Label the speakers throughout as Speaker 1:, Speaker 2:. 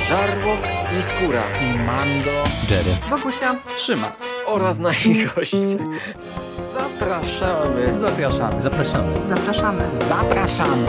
Speaker 1: Żarłok i Skóra
Speaker 2: i Mando,
Speaker 3: Jerry,
Speaker 4: Bogusia,
Speaker 2: Szymas
Speaker 1: oraz nasi goście. Zapraszamy.
Speaker 2: Zapraszamy.
Speaker 3: zapraszamy.
Speaker 4: zapraszamy.
Speaker 2: Zapraszamy.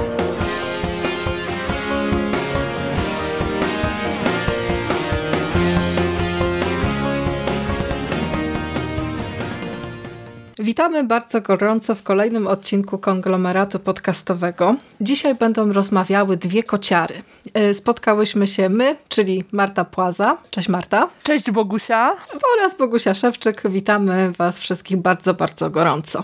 Speaker 4: Witamy bardzo gorąco w kolejnym odcinku konglomeratu podcastowego. Dzisiaj będą rozmawiały dwie kociary. Spotkałyśmy się my, czyli Marta Płaza. Cześć Marta.
Speaker 5: Cześć Bogusia.
Speaker 4: Oraz Bogusia Szewczyk. Witamy Was wszystkich bardzo, bardzo gorąco.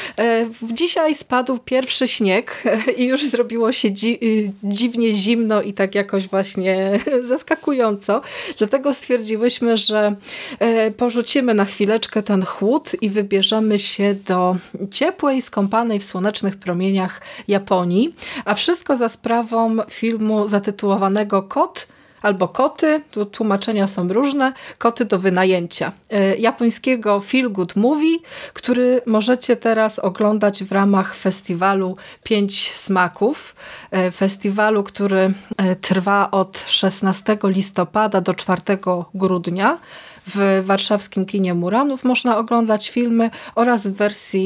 Speaker 4: Dzisiaj spadł pierwszy śnieg i już zrobiło się dziwnie zimno i tak jakoś właśnie zaskakująco. Dlatego stwierdziłyśmy, że porzucimy na chwileczkę ten chłód i wybierzemy się do ciepłej, skąpanej w słonecznych promieniach Japonii, a wszystko za sprawą filmu zatytułowanego Kot albo Koty, tu tłumaczenia są różne, Koty do wynajęcia. Japońskiego feel good movie, który możecie teraz oglądać w ramach festiwalu 5 smaków. Festiwalu, który trwa od 16 listopada do 4 grudnia. W warszawskim kinie Muranów można oglądać filmy oraz w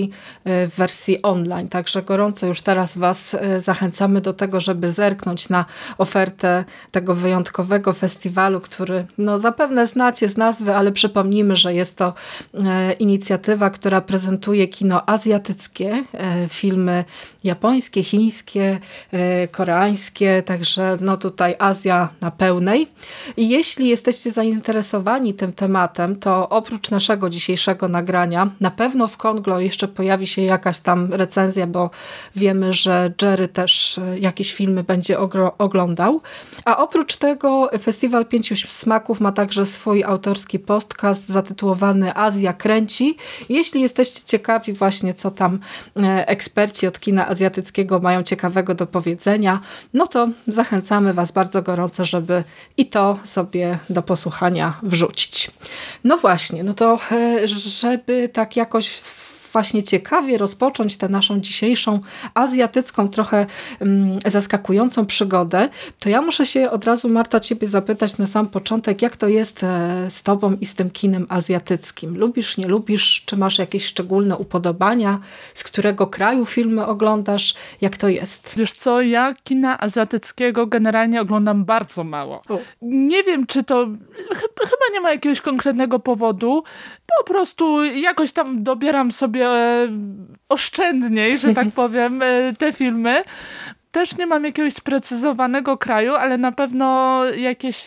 Speaker 4: wersji online. Także gorąco już teraz Was zachęcamy do tego, żeby zerknąć na ofertę tego wyjątkowego festiwalu, który zapewne znacie z nazwy, ale przypomnijmy, że jest to inicjatywa, która prezentuje kino azjatyckie, filmy japońskie, chińskie, koreańskie, także tutaj Azja na pełnej. I jeśli jesteście zainteresowani tym tematem, to oprócz naszego dzisiejszego nagrania, na pewno w Konglo jeszcze pojawi się jakaś tam recenzja, bo wiemy, że Jerry też jakieś filmy będzie oglądał. A oprócz tego Festiwal 5 Smaków ma także swój autorski podcast zatytułowany Azja kręci. Jeśli jesteście ciekawi właśnie, co tam eksperci od kina azjatyckiego mają ciekawego do powiedzenia, to zachęcamy Was bardzo gorąco, żeby i to sobie do posłuchania wrzucić. No właśnie, to żeby tak jakoś właśnie ciekawie rozpocząć tę naszą dzisiejszą azjatycką, trochę zaskakującą przygodę, to ja muszę się od razu, Marta, Ciebie zapytać na sam początek, jak to jest z Tobą i z tym kinem azjatyckim? Lubisz, nie lubisz? Czy masz jakieś szczególne upodobania? Z którego kraju filmy oglądasz? Jak to jest?
Speaker 5: Wiesz co, ja kina azjatyckiego generalnie oglądam bardzo mało. Nie wiem, czy to... Chyba nie ma jakiegoś konkretnego powodu. Po prostu jakoś tam dobieram sobie oszczędniej, że tak powiem, te filmy. Też nie mam jakiegoś sprecyzowanego kraju, ale na pewno jakieś...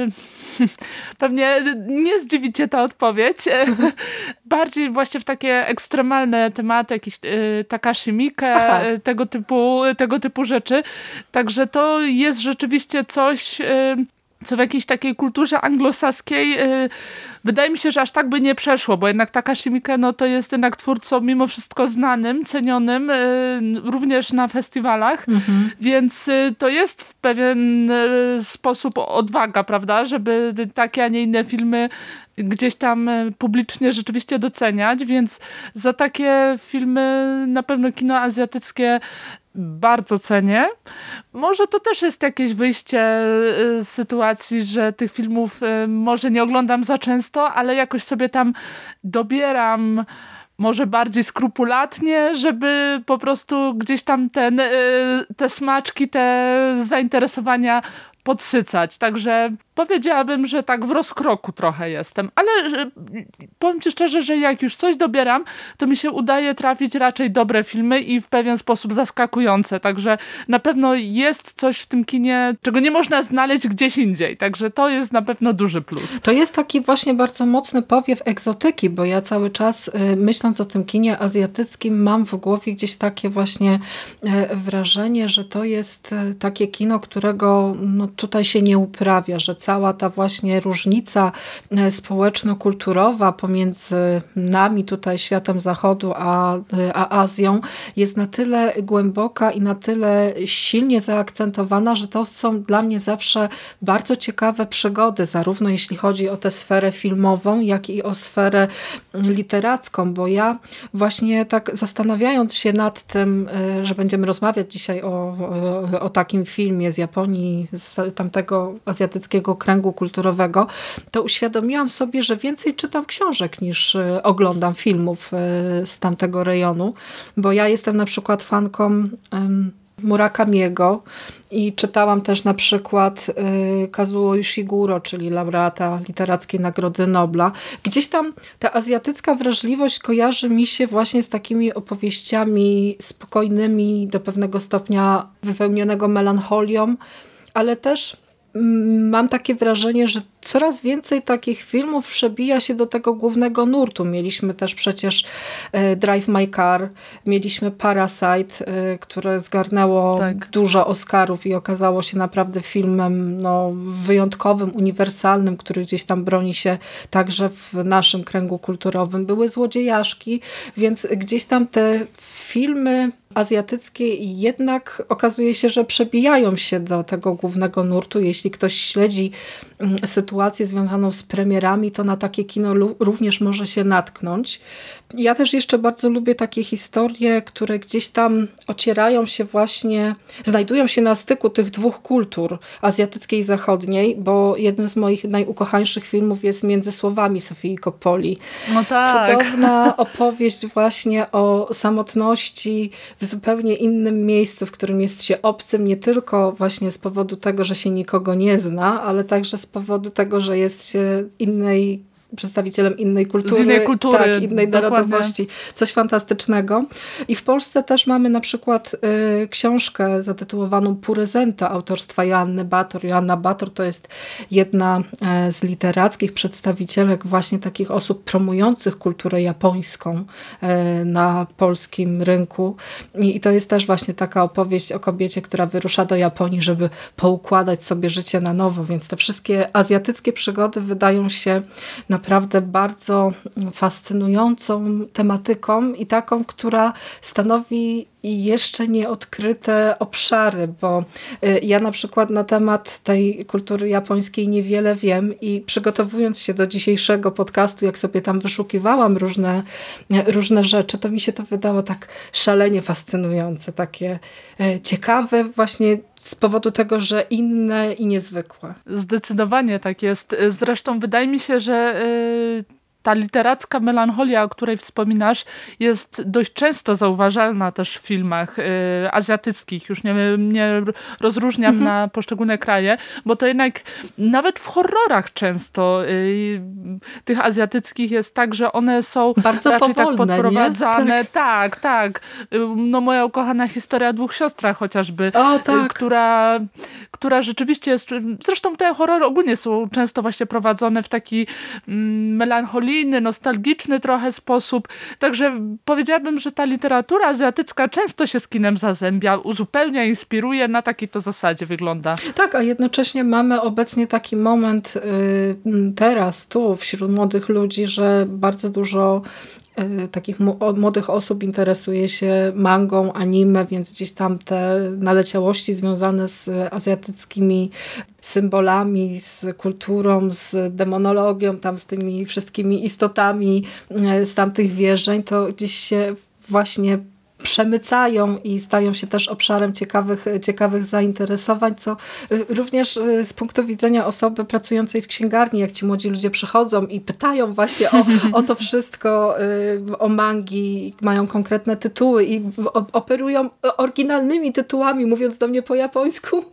Speaker 5: pewnie nie zdziwicie ta odpowiedź. Bardziej właśnie w takie ekstremalne tematy, jakieś Takashi Miike, tego typu rzeczy. Także to jest rzeczywiście coś... co w jakiejś takiej kulturze anglosaskiej wydaje mi się, że aż tak by nie przeszło, bo jednak Takashi Miike to jest jednak twórcą mimo wszystko znanym, cenionym, również na festiwalach, więc to jest w pewien sposób odwaga, prawda, żeby takie, a nie inne filmy gdzieś tam publicznie rzeczywiście doceniać, więc za takie filmy na pewno kino azjatyckie bardzo cenię. Może to też jest jakieś wyjście z sytuacji, że tych filmów może nie oglądam za często, ale jakoś sobie tam dobieram może bardziej skrupulatnie, żeby po prostu gdzieś tam te smaczki, te zainteresowania podsycać. Także powiedziałabym, że tak w rozkroku trochę jestem. Ale powiem Ci szczerze, że jak już coś dobieram, to mi się udaje trafić raczej dobre filmy i w pewien sposób zaskakujące. Także na pewno jest coś w tym kinie, czego nie można znaleźć gdzieś indziej. Także to jest na pewno duży plus.
Speaker 4: To jest taki właśnie bardzo mocny powiew egzotyki, bo ja cały czas myśląc o tym kinie azjatyckim mam w głowie gdzieś takie właśnie wrażenie, że to jest takie kino, którego tutaj się nie uprawia, że cała ta właśnie różnica społeczno-kulturowa pomiędzy nami tutaj, światem zachodu, a Azją jest na tyle głęboka i na tyle silnie zaakcentowana, że to są dla mnie zawsze bardzo ciekawe przygody, zarówno jeśli chodzi o tę sferę filmową, jak i o sferę literacką, bo ja właśnie tak zastanawiając się nad tym, że będziemy rozmawiać dzisiaj o takim filmie z Japonii, z tamtego azjatyckiego kręgu kulturowego, to uświadomiłam sobie, że więcej czytam książek niż oglądam filmów z tamtego rejonu, bo ja jestem na przykład fanką Murakamiego i czytałam też na przykład Kazuo Ishiguro, czyli laureata Literackiej Nagrody Nobla. Gdzieś tam ta azjatycka wrażliwość kojarzy mi się właśnie z takimi opowieściami spokojnymi, do pewnego stopnia wypełnionego melancholią, ale też mam takie wrażenie, że coraz więcej takich filmów przebija się do tego głównego nurtu. Mieliśmy też przecież Drive My Car, mieliśmy Parasite, które zgarnęło dużo Oscarów i okazało się naprawdę filmem wyjątkowym, uniwersalnym, który gdzieś tam broni się także w naszym kręgu kulturowym. Były Złodziejaszki, więc gdzieś tam te filmy azjatyckie jednak okazuje się, że przebijają się do tego głównego nurtu. Jeśli ktoś śledzi sytuację związaną z premierami, to na takie kino również może się natknąć. Ja też jeszcze bardzo lubię takie historie, które gdzieś tam ocierają się właśnie, znajdują się na styku tych dwóch kultur, azjatyckiej i zachodniej, bo jednym z moich najukochańszych filmów jest Między słowami Sofii Coppoli.
Speaker 5: No tak.
Speaker 4: Cudowna opowieść właśnie o samotności w zupełnie innym miejscu, w którym jest się obcym, nie tylko właśnie z powodu tego, że się nikogo nie zna, ale także z powodu tego, że jest się przedstawicielem innej kultury.
Speaker 5: Z innej kultury.
Speaker 4: Tak, innej narodowości. Coś fantastycznego. I w Polsce też mamy na przykład książkę zatytułowaną Puryzenta autorstwa Joanny Bator. Joanna Bator to jest jedna z literackich przedstawicielek właśnie takich osób promujących kulturę japońską na polskim rynku. I to jest też właśnie taka opowieść o kobiecie, która wyrusza do Japonii, żeby poukładać sobie życie na nowo. Więc te wszystkie azjatyckie przygody wydają się naprawdę bardzo fascynującą tematyką i taką, która stanowi jeszcze nieodkryte obszary, bo ja na przykład na temat tej kultury japońskiej niewiele wiem i przygotowując się do dzisiejszego podcastu, jak sobie tam wyszukiwałam różne rzeczy, to mi się to wydało tak szalenie fascynujące, takie ciekawe właśnie z powodu tego, że inne i niezwykłe.
Speaker 5: Zdecydowanie tak jest. Zresztą wydaje mi się, że ta literacka melancholia, o której wspominasz, jest dość często zauważalna też w filmach azjatyckich. Już nie rozróżniam na poszczególne kraje, bo to jednak nawet w horrorach często tych azjatyckich jest tak, że one są
Speaker 4: bardzo
Speaker 5: raczej
Speaker 4: powolne,
Speaker 5: tak podprowadzane.
Speaker 4: Nie?
Speaker 5: Tak. No moja ukochana historia o dwóch siostrach chociażby, która rzeczywiście jest... Zresztą te horrory ogólnie są często właśnie prowadzone w taki melancholijny, nostalgiczny trochę sposób. Także powiedziałabym, że ta literatura azjatycka często się z kinem zazębia, uzupełnia, inspiruje, na takiej to zasadzie wygląda.
Speaker 4: Tak, a jednocześnie mamy obecnie taki moment teraz, tu, wśród młodych ludzi, że bardzo dużo takich młodych osób interesuje się mangą, anime, więc gdzieś tam te naleciałości związane z azjatyckimi symbolami, z kulturą, z demonologią, tam z tymi wszystkimi istotami z tamtych wierzeń, to gdzieś się właśnie przemycają i stają się też obszarem ciekawych zainteresowań, co również z punktu widzenia osoby pracującej w księgarni, jak ci młodzi ludzie przychodzą i pytają właśnie o to wszystko, o mangi, mają konkretne tytuły i operują oryginalnymi tytułami, mówiąc do mnie po japońsku.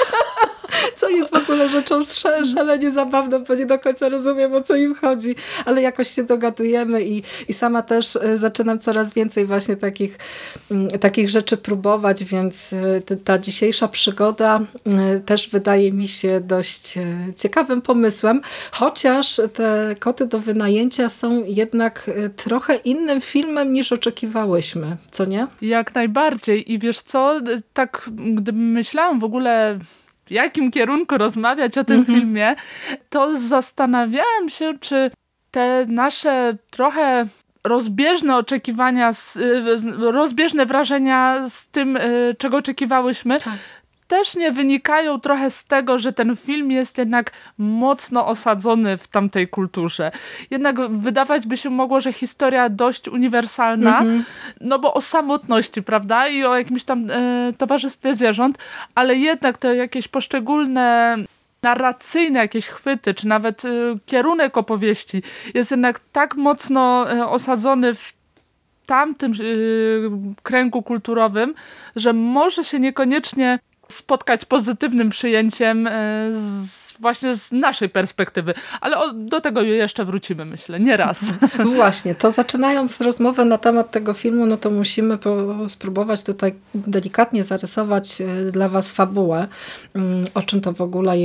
Speaker 4: Co jest w ogóle rzeczą szalenie zabawną, bo nie do końca rozumiem, o co im chodzi, ale jakoś się dogadujemy i sama też zaczynam coraz więcej właśnie takich rzeczy próbować, więc ta dzisiejsza przygoda też wydaje mi się dość ciekawym pomysłem, chociaż te Koty do wynajęcia są jednak trochę innym filmem niż oczekiwałyśmy, co nie?
Speaker 5: Jak najbardziej i wiesz co, tak gdybym myślałam w ogóle w jakim kierunku rozmawiać o tym filmie, to zastanawiałam się, czy te nasze trochę rozbieżne oczekiwania, rozbieżne wrażenia z tym, czego oczekiwałyśmy, też nie wynikają trochę z tego, że ten film jest jednak mocno osadzony w tamtej kulturze. Jednak wydawać by się mogło, że historia dość uniwersalna, no bo o samotności, prawda? I o jakimś tam towarzystwie zwierząt, ale jednak te jakieś poszczególne narracyjne jakieś chwyty, czy nawet kierunek opowieści jest jednak tak mocno osadzony w tamtym kręgu kulturowym, że może się niekoniecznie spotkać z pozytywnym przyjęciem właśnie z naszej perspektywy. Ale do tego jeszcze wrócimy, myślę, nie raz.
Speaker 4: Właśnie, to zaczynając rozmowę na temat tego filmu, no to musimy spróbować tutaj delikatnie zarysować dla was fabułę, o czym to w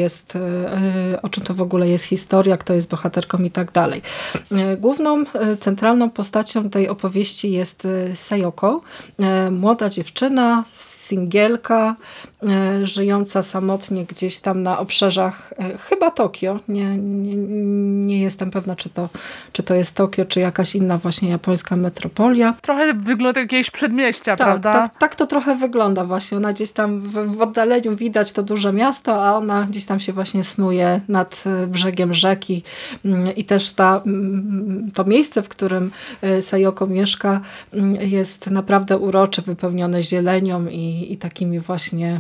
Speaker 4: ogóle jest historia, kto jest bohaterką i tak dalej. Główną, centralną postacią tej opowieści jest Sayoko, młoda dziewczyna, singielka, żyjąca samotnie gdzieś tam na obrzeżach chyba Tokio. Nie jestem pewna, czy to jest Tokio, czy jakaś inna właśnie japońska metropolia.
Speaker 5: Trochę wygląda jakieś przedmieścia, prawda?
Speaker 4: Tak to trochę wygląda właśnie. Ona gdzieś tam w oddaleniu widać to duże miasto, a ona gdzieś tam się właśnie snuje nad brzegiem rzeki. I też to miejsce, w którym Sayoko mieszka, jest naprawdę urocze, wypełnione zielenią i takimi właśnie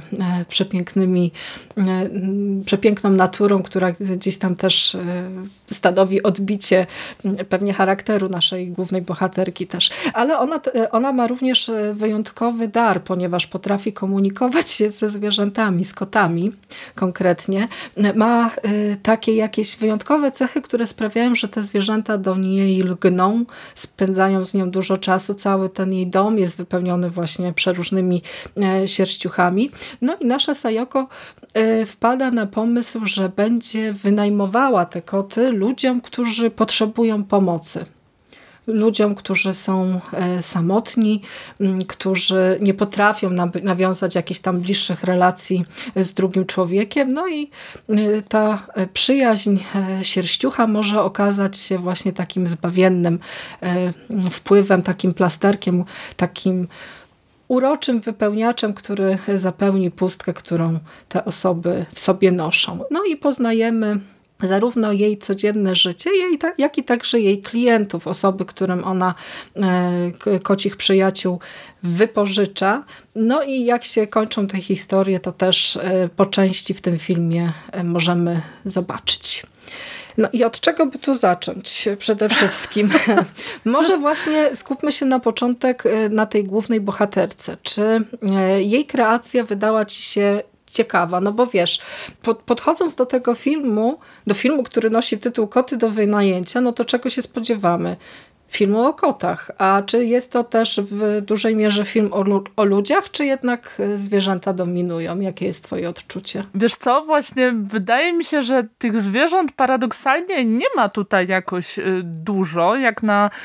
Speaker 4: przepiękną naturą, która gdzieś tam też stanowi odbicie pewnie charakteru naszej głównej bohaterki też. Ale ona ma również wyjątkowy dar, ponieważ potrafi komunikować się ze zwierzętami, z kotami konkretnie. Ma takie jakieś wyjątkowe cechy, które sprawiają, że te zwierzęta do niej lgną, spędzają z nią dużo czasu. Cały ten jej dom jest wypełniony właśnie przeróżnymi sierściuchami. No i nasza Sayoko wpada na pomysł, że będzie wynajmowała te koty ludziom, którzy potrzebują pomocy. Ludziom, którzy są samotni, którzy nie potrafią nawiązać jakichś tam bliższych relacji z drugim człowiekiem. No i ta przyjaźń sierściucha może okazać się właśnie takim zbawiennym wpływem, takim plasterkiem, takim uroczym wypełniaczem, który zapełni pustkę, którą te osoby w sobie noszą. No i poznajemy zarówno jej codzienne życie, jak i także jej klientów, osoby, którym ona kocich przyjaciół wypożycza. No i jak się kończą te historie, to też po części w tym filmie możemy zobaczyć. No i od czego by tu zacząć przede wszystkim? Może właśnie skupmy się na początek na tej głównej bohaterce. Czy jej kreacja wydała ci się ciekawa? No bo wiesz, podchodząc do tego filmu, który nosi tytuł Koty do wynajęcia, no to czego się spodziewamy? Filmu o kotach. A czy jest to też w dużej mierze film o ludziach, czy jednak zwierzęta dominują? Jakie jest twoje odczucie?
Speaker 5: Wiesz co, właśnie wydaje mi się, że tych zwierząt paradoksalnie nie ma tutaj jakoś dużo, jak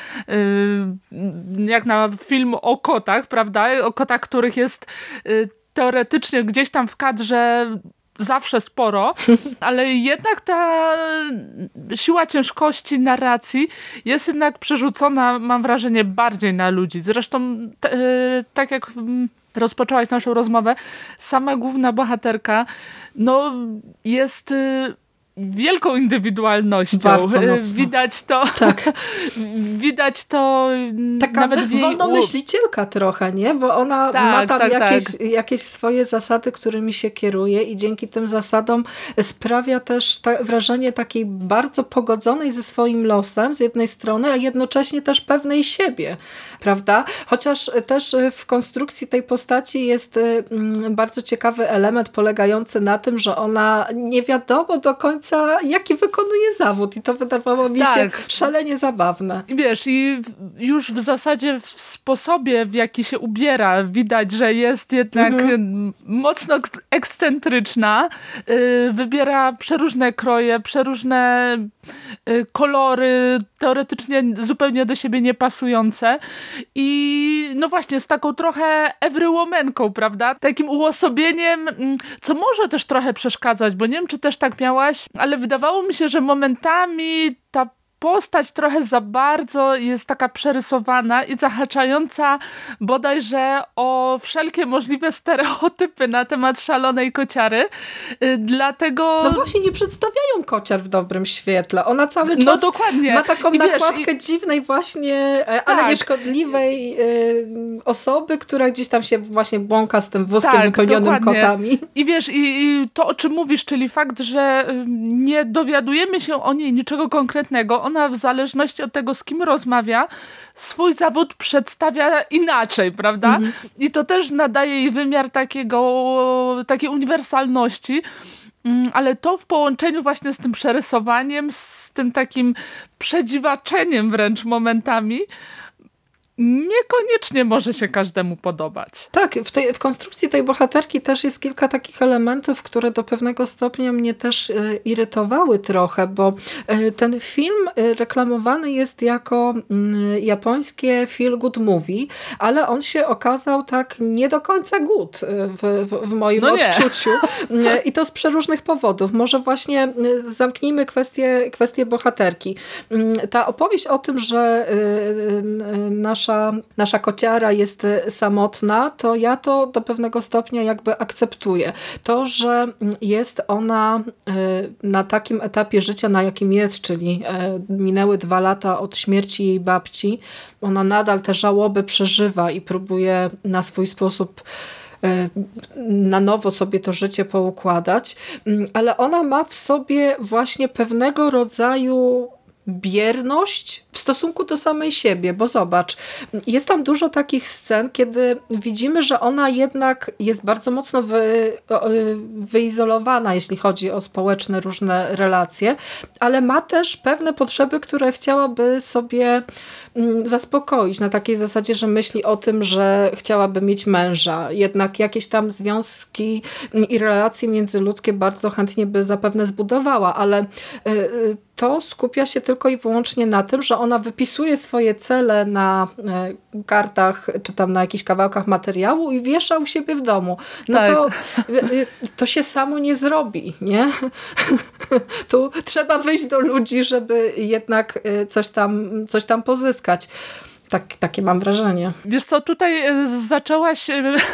Speaker 5: na film o kotach, prawda? O kotach, których jest teoretycznie gdzieś tam w kadrze zawsze sporo, ale jednak ta siła ciężkości narracji jest jednak przerzucona, mam wrażenie, bardziej na ludzi. Zresztą tak jak rozpoczęłaś naszą rozmowę, sama główna bohaterka jest wielką indywidualnością.
Speaker 4: Bardzo mocno.
Speaker 5: Widać to
Speaker 4: taka
Speaker 5: nawet w jej...
Speaker 4: wolnomyślicielka trochę, nie? Bo ona ma tam jakieś swoje zasady, którymi się kieruje i dzięki tym zasadom sprawia też wrażenie takiej bardzo pogodzonej ze swoim losem z jednej strony, a jednocześnie też pewnej siebie, prawda? Chociaż też w konstrukcji tej postaci jest bardzo ciekawy element polegający na tym, że ona nie wiadomo do końca jaki wykonuje zawód i to wydawało mi się szalenie zabawne.
Speaker 5: Wiesz, i już w zasadzie w sposobie, w jaki się ubiera, widać, że jest jednak mocno ekscentryczna. Wybiera przeróżne kroje, przeróżne kolory, teoretycznie zupełnie do siebie niepasujące i no właśnie z taką trochę everywomanką, prawda? Takim uosobieniem, co może też trochę przeszkadzać, bo nie wiem, czy też tak miałaś, ale wydawało mi się, że momentami ta postać trochę za bardzo jest taka przerysowana i zahaczająca bodajże o wszelkie możliwe stereotypy na temat szalonej kociary. Dlatego...
Speaker 4: No właśnie, nie przedstawiają kociar w dobrym świetle. Ona cały czas
Speaker 5: dokładnie.
Speaker 4: ma taką nakładkę dziwnej właśnie, ale nieszkodliwej osoby, która gdzieś tam się właśnie błąka z tym wózkiem wypełnionym kotami.
Speaker 5: I wiesz, i to, o czym mówisz, czyli fakt, że nie dowiadujemy się o niej niczego konkretnego. Ona w zależności od tego, z kim rozmawia, swój zawód przedstawia inaczej, prawda? I to też nadaje jej wymiar takiej uniwersalności. Ale to w połączeniu właśnie z tym przerysowaniem, z tym takim przedziwaczeniem wręcz momentami, niekoniecznie może się każdemu podobać.
Speaker 4: Tak, w konstrukcji tej bohaterki też jest kilka takich elementów, które do pewnego stopnia mnie też irytowały trochę, bo ten film reklamowany jest jako japońskie feel good movie, ale on się okazał tak nie do końca good w moim odczuciu. I to z przeróżnych powodów. Może właśnie zamknijmy kwestię bohaterki. Ta opowieść o tym, że nasza kociara jest samotna, to ja to do pewnego stopnia jakby akceptuję. To, że jest ona na takim etapie życia, na jakim jest, czyli minęły 2 lata od śmierci jej babci, ona nadal te żałoby przeżywa i próbuje na swój sposób na nowo sobie to życie poukładać, ale ona ma w sobie właśnie pewnego rodzaju bierność w stosunku do samej siebie, bo zobacz, jest tam dużo takich scen, kiedy widzimy, że ona jednak jest bardzo mocno wyizolowana, jeśli chodzi o społeczne różne relacje, ale ma też pewne potrzeby, które chciałaby sobie zaspokoić na takiej zasadzie, że myśli o tym, że chciałaby mieć męża. Jednak jakieś tam związki i relacje międzyludzkie bardzo chętnie by zapewne zbudowała, ale to skupia się tylko i wyłącznie na tym, że ona wypisuje swoje cele na kartach, czy tam na jakichś kawałkach materiału i wiesza u siebie w domu. No tak. To się samo nie zrobi, nie? Tu trzeba wyjść do ludzi, żeby jednak coś tam pozyskać. Takie mam wrażenie.
Speaker 5: Wiesz co, tutaj zaczęłaś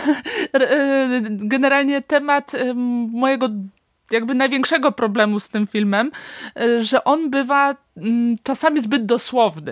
Speaker 5: generalnie temat mojego jakby największego problemu z tym filmem, że on bywa czasami zbyt dosłowny.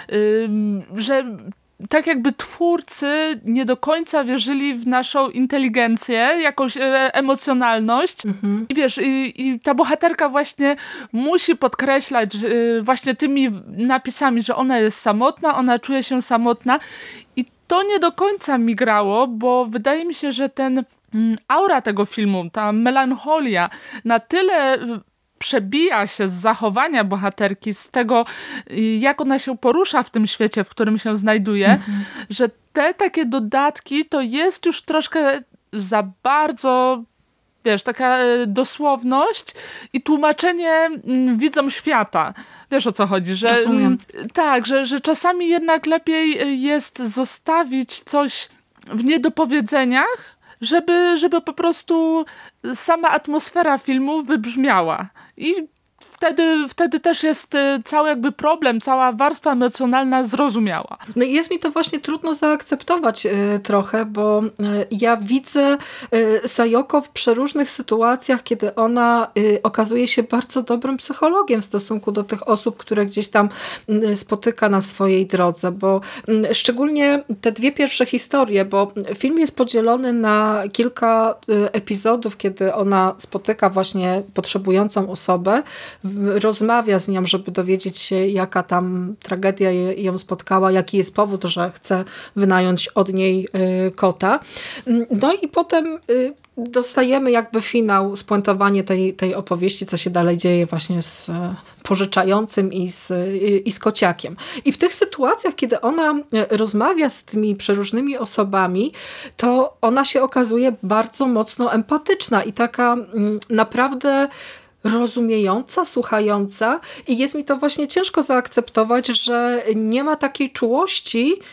Speaker 5: Że tak jakby twórcy nie do końca wierzyli w naszą inteligencję, jakąś emocjonalność. I wiesz, i ta bohaterka właśnie musi podkreślać właśnie tymi napisami, że ona jest samotna, ona czuje się samotna. I to nie do końca mi grało, bo wydaje mi się, że aura tego filmu, ta melancholia na tyle przebija się z zachowania bohaterki, z tego, jak ona się porusza w tym świecie, w którym się znajduje, że te takie dodatki to jest już troszkę za bardzo, wiesz, taka dosłowność i tłumaczenie widzom świata. Wiesz, o co chodzi, że tak, że czasami jednak lepiej jest zostawić coś w niedopowiedzeniach, żeby po prostu sama atmosfera filmu wybrzmiała. I wtedy też jest cały jakby problem, cała warstwa emocjonalna zrozumiała.
Speaker 4: No i jest mi to właśnie trudno zaakceptować trochę, bo ja widzę Sayoko w przeróżnych sytuacjach, kiedy ona okazuje się bardzo dobrym psychologiem w stosunku do tych osób, które gdzieś tam spotyka na swojej drodze, bo szczególnie te 2 pierwsze historie, bo film jest podzielony na kilka epizodów, kiedy ona spotyka właśnie potrzebującą osobę, rozmawia z nią, żeby dowiedzieć się, jaka tam tragedia ją spotkała, jaki jest powód, że chce wynająć od niej kota. No i potem dostajemy jakby finał, spuentowanie tej opowieści, co się dalej dzieje właśnie z pożyczającym i z kociakiem. I w tych sytuacjach, kiedy ona rozmawia z tymi przeróżnymi osobami, to ona się okazuje bardzo mocno empatyczna i taka naprawdę rozumiejąca, słuchająca i jest mi to właśnie ciężko zaakceptować, że nie ma takiej czułości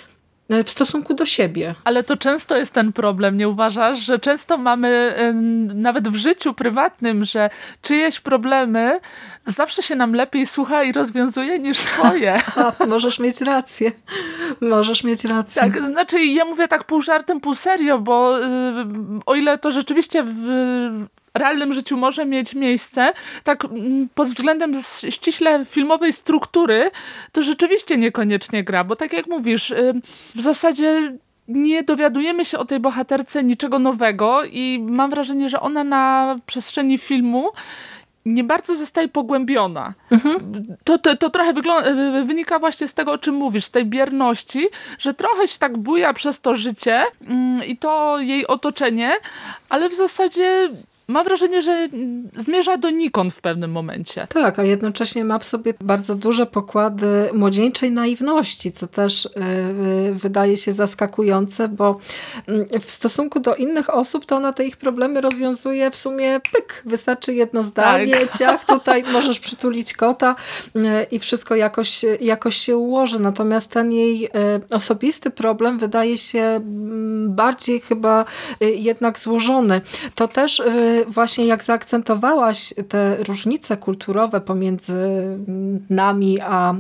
Speaker 4: w stosunku do siebie.
Speaker 5: Ale to często jest ten problem, nie uważasz? Że często mamy nawet w życiu prywatnym, że czyjeś problemy zawsze się nam lepiej słucha i rozwiązuje niż swoje.
Speaker 4: Możesz mieć rację. Możesz mieć rację.
Speaker 5: Tak, znaczy ja mówię tak pół żartem, pół serio, bo o ile to rzeczywiście w realnym życiu może mieć miejsce, tak pod względem ściśle filmowej struktury, to rzeczywiście niekoniecznie gra, bo tak jak mówisz, w zasadzie nie dowiadujemy się o tej bohaterce niczego nowego i mam wrażenie, że ona na przestrzeni filmu nie bardzo zostaje pogłębiona. To trochę wynika właśnie z tego, o czym mówisz, z tej bierności, że trochę się tak buja przez to życie i to jej otoczenie, ale w zasadzie mam wrażenie, że zmierza donikąd w pewnym momencie.
Speaker 4: Tak, a jednocześnie ma w sobie bardzo duże pokłady młodzieńczej naiwności, co też wydaje się zaskakujące, bo w stosunku do innych osób to ona te ich problemy rozwiązuje w sumie pyk. Wystarczy jedno zdanie,
Speaker 5: tak.
Speaker 4: Ciach, tutaj możesz przytulić kota i wszystko jakoś się ułoży. Natomiast ten jej osobisty problem wydaje się bardziej chyba jednak złożony. To też właśnie jak zaakcentowałaś te różnice kulturowe pomiędzy nami a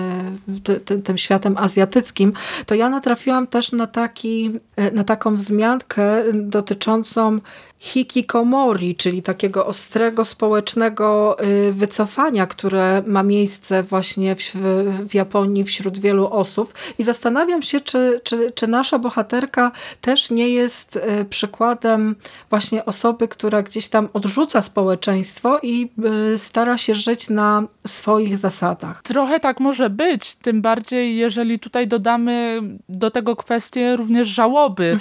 Speaker 4: tym światem azjatyckim, to ja natrafiłam też na taką wzmiankę dotyczącą hikikomori, czyli takiego ostrego społecznego wycofania, które ma miejsce właśnie w Japonii wśród wielu osób. I zastanawiam się, czy nasza bohaterka też nie jest przykładem właśnie osoby, która gdzieś tam odrzuca społeczeństwo i stara się żyć na swoich zasadach.
Speaker 5: Trochę tak może być, tym bardziej jeżeli tutaj dodamy do tego kwestię również żałoby.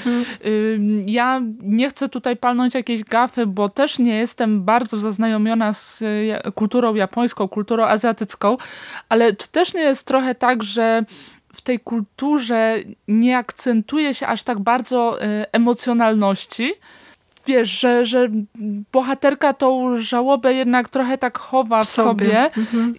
Speaker 5: Ja nie chcę tutaj palnąć jakieś gafy, bo też nie jestem bardzo zaznajomiona z kulturą japońską, kulturą azjatycką, ale czy też nie jest trochę tak, że w tej kulturze nie akcentuje się aż tak bardzo emocjonalności? Wiesz, że bohaterka tą żałobę jednak trochę tak chowa w sobie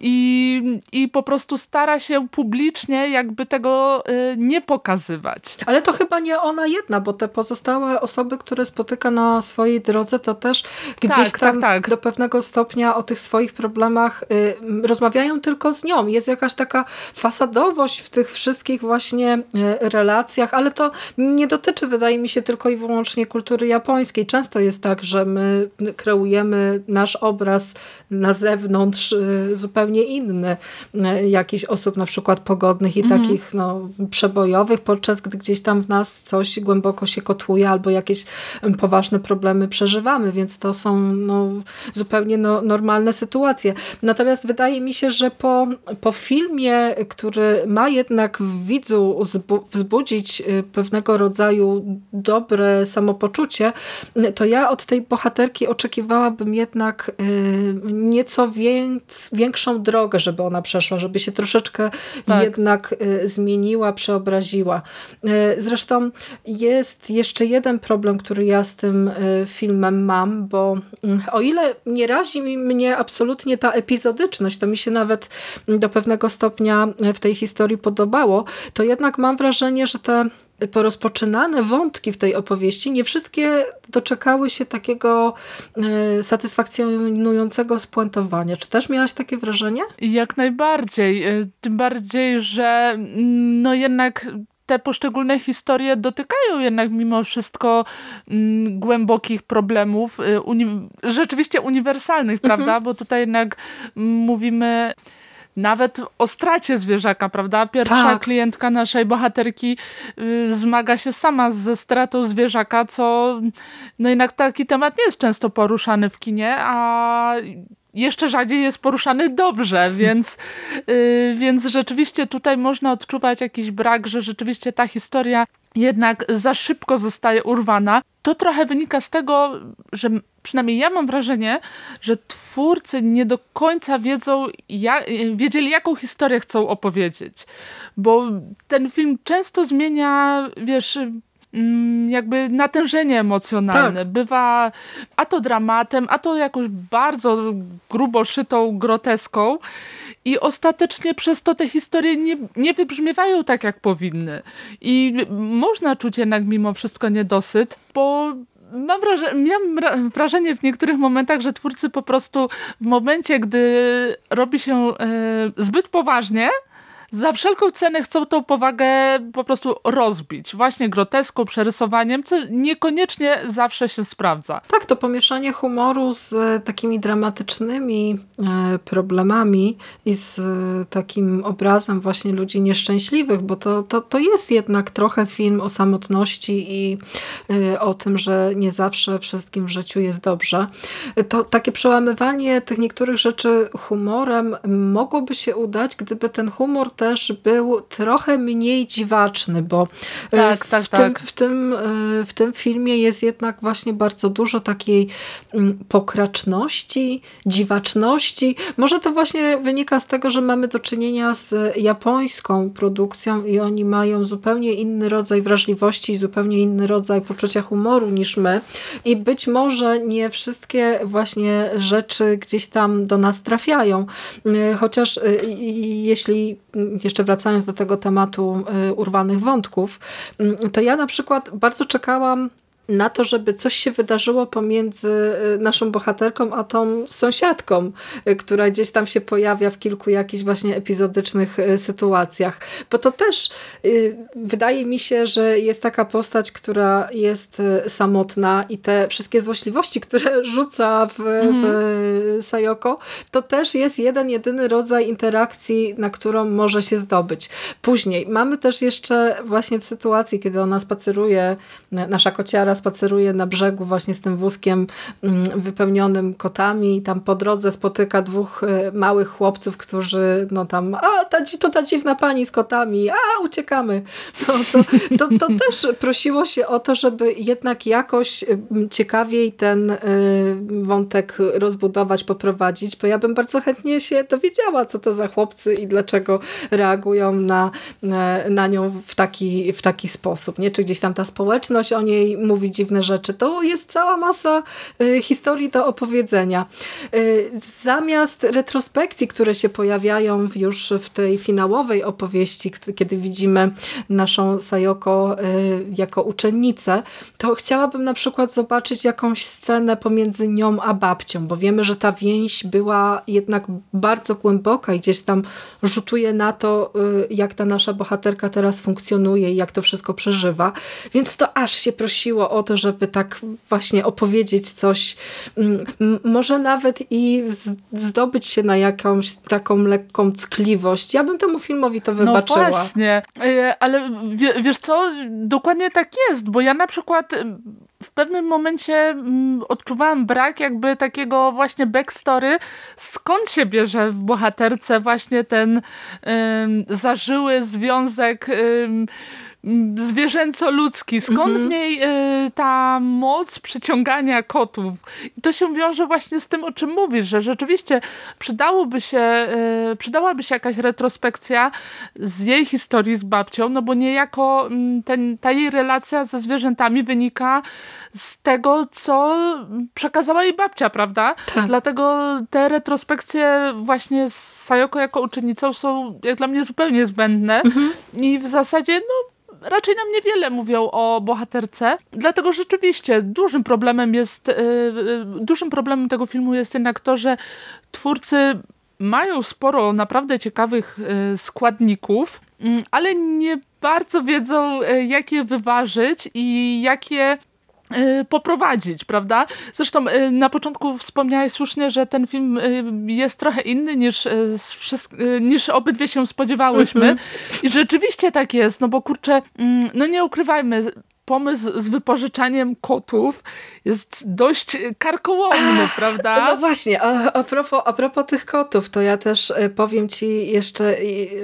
Speaker 5: i po prostu stara się publicznie jakby tego nie pokazywać.
Speaker 4: Ale to chyba nie ona jedna, bo te pozostałe osoby, które spotyka na swojej drodze, to też gdzieś tam do pewnego stopnia o tych swoich problemach rozmawiają tylko z nią. Jest jakaś taka fasadowość w tych wszystkich właśnie relacjach, ale to nie dotyczy, wydaje mi się, tylko i wyłącznie kultury japońskiej. Często jest tak, że my kreujemy nasz obraz na zewnątrz zupełnie inny. Jakichś osób na przykład pogodnych i takich przebojowych, podczas gdy gdzieś tam w nas coś głęboko się kotłuje albo jakieś poważne problemy przeżywamy, więc to są zupełnie normalne sytuacje. Natomiast wydaje mi się, że po filmie, który ma jednak w widzu wzbudzić pewnego rodzaju dobre samopoczucie, to ja od tej bohaterki oczekiwałabym jednak nieco większą drogę, żeby ona przeszła, żeby się troszeczkę jednak zmieniła, przeobraziła. Zresztą jest jeszcze jeden problem, który ja z tym filmem mam, bo o ile nie razi mnie absolutnie ta epizodyczność, to mi się nawet do pewnego stopnia w tej historii podobało, to jednak mam wrażenie, że te porozpoczynane wątki w tej opowieści, nie wszystkie doczekały się takiego satysfakcjonującego spuentowania. Czy też miałaś takie wrażenie?
Speaker 5: Jak najbardziej. Tym bardziej, że jednak te poszczególne historie dotykają jednak mimo wszystko głębokich problemów, rzeczywiście uniwersalnych, prawda? Bo tutaj jednak mówimy nawet o stracie zwierzaka, prawda? Pierwsza klientka naszej bohaterki zmaga się sama ze stratą zwierzaka, co jednak taki temat nie jest często poruszany w kinie, a jeszcze rzadziej jest poruszany dobrze, więc rzeczywiście tutaj można odczuwać jakiś brak, że rzeczywiście ta historia jednak za szybko zostaje urwana. To trochę wynika z tego, że przynajmniej ja mam wrażenie, że twórcy nie do końca wiedzieli, jaką historię chcą opowiedzieć. Bo ten film często zmienia, jakby natężenie emocjonalne.
Speaker 4: Tak.
Speaker 5: Bywa a to dramatem, a to jakąś bardzo grubo szytą groteską i ostatecznie przez to te historie nie wybrzmiewają tak, jak powinny. I można czuć jednak mimo wszystko niedosyt, bo miałam wrażenie w niektórych momentach, że twórcy po prostu w momencie, gdy robi się zbyt poważnie, za wszelką cenę chcą tą powagę po prostu rozbić. Właśnie groteską, przerysowaniem, co niekoniecznie zawsze się sprawdza.
Speaker 4: Tak, to pomieszanie humoru z takimi dramatycznymi problemami i z takim obrazem właśnie ludzi nieszczęśliwych, bo to jest jednak trochę film o samotności i o tym, że nie zawsze wszystkim w życiu jest dobrze. To takie przełamywanie tych niektórych rzeczy humorem mogłoby się udać, gdyby ten humor też był trochę mniej dziwaczny, bo w tym filmie jest jednak właśnie bardzo dużo takiej pokraczności, dziwaczności. Może to właśnie wynika z tego, że mamy do czynienia z japońską produkcją i oni mają zupełnie inny rodzaj wrażliwości i zupełnie inny rodzaj poczucia humoru niż my. I być może nie wszystkie właśnie rzeczy gdzieś tam do nas trafiają. Chociaż jeśli jeszcze wracając do tego tematu urwanych wątków, to ja na przykład bardzo czekałam na to, żeby coś się wydarzyło pomiędzy naszą bohaterką a tą sąsiadką, która gdzieś tam się pojawia w kilku jakichś właśnie epizodycznych sytuacjach. Bo to też wydaje mi się, że jest taka postać, która jest samotna i te wszystkie złośliwości, które rzuca w Sayoko, to też jest jedyny rodzaj interakcji, na którą może się zdobyć. Później mamy też jeszcze właśnie sytuację, kiedy ona spaceruje, nasza kociara spaceruje na brzegu właśnie z tym wózkiem wypełnionym kotami i tam po drodze spotyka dwóch małych chłopców, którzy no tam, ta dziwna pani z kotami, uciekamy. No, to też prosiło się o to, żeby jednak jakoś ciekawiej ten wątek rozbudować, poprowadzić, bo ja bym bardzo chętnie się dowiedziała, co to za chłopcy i dlaczego reagują na nią w taki sposób. Nie? Czy gdzieś tam ta społeczność o niej mówi dziwne rzeczy. To jest cała masa historii do opowiedzenia. Zamiast retrospekcji, które się pojawiają już w tej finałowej opowieści, kiedy widzimy naszą Sayoko jako uczennicę, to chciałabym na przykład zobaczyć jakąś scenę pomiędzy nią a babcią, bo wiemy, że ta więź była jednak bardzo głęboka i gdzieś tam rzutuje na to, jak ta nasza bohaterka teraz funkcjonuje i jak to wszystko przeżywa. Więc to aż się prosiło o to, żeby tak właśnie opowiedzieć coś, może nawet i zdobyć się na jakąś taką lekką ckliwość. Ja bym temu filmowi to wybaczyła.
Speaker 5: No właśnie, ale wiesz co, dokładnie tak jest, bo ja na przykład w pewnym momencie odczuwałam brak jakby takiego właśnie backstory, skąd się bierze w bohaterce właśnie ten zażyły związek zwierzęco-ludzki. Skąd w niej ta moc przyciągania kotów? I to się wiąże właśnie z tym, o czym mówisz, że rzeczywiście przydałaby się jakaś retrospekcja z jej historii z babcią, no bo niejako ta jej relacja ze zwierzętami wynika z tego, co przekazała jej babcia, prawda?
Speaker 4: Tak.
Speaker 5: Dlatego te retrospekcje właśnie z Sayoko jako uczennicą są jak dla mnie zupełnie zbędne i w zasadzie raczej nam niewiele mówią o bohaterce, dlatego rzeczywiście dużym problemem tego filmu jest jednak to, że twórcy mają sporo naprawdę ciekawych składników, ale nie bardzo wiedzą, jak je wyważyć i jak je poprowadzić, prawda? Zresztą na początku wspomniałeś słusznie, że ten film jest trochę inny niż obydwie się spodziewałyśmy. I rzeczywiście tak jest, no bo kurczę, no nie ukrywajmy, pomysł z wypożyczaniem kotów jest dość karkołomny, prawda?
Speaker 4: No właśnie, a propos tych kotów, to ja też powiem ci jeszcze,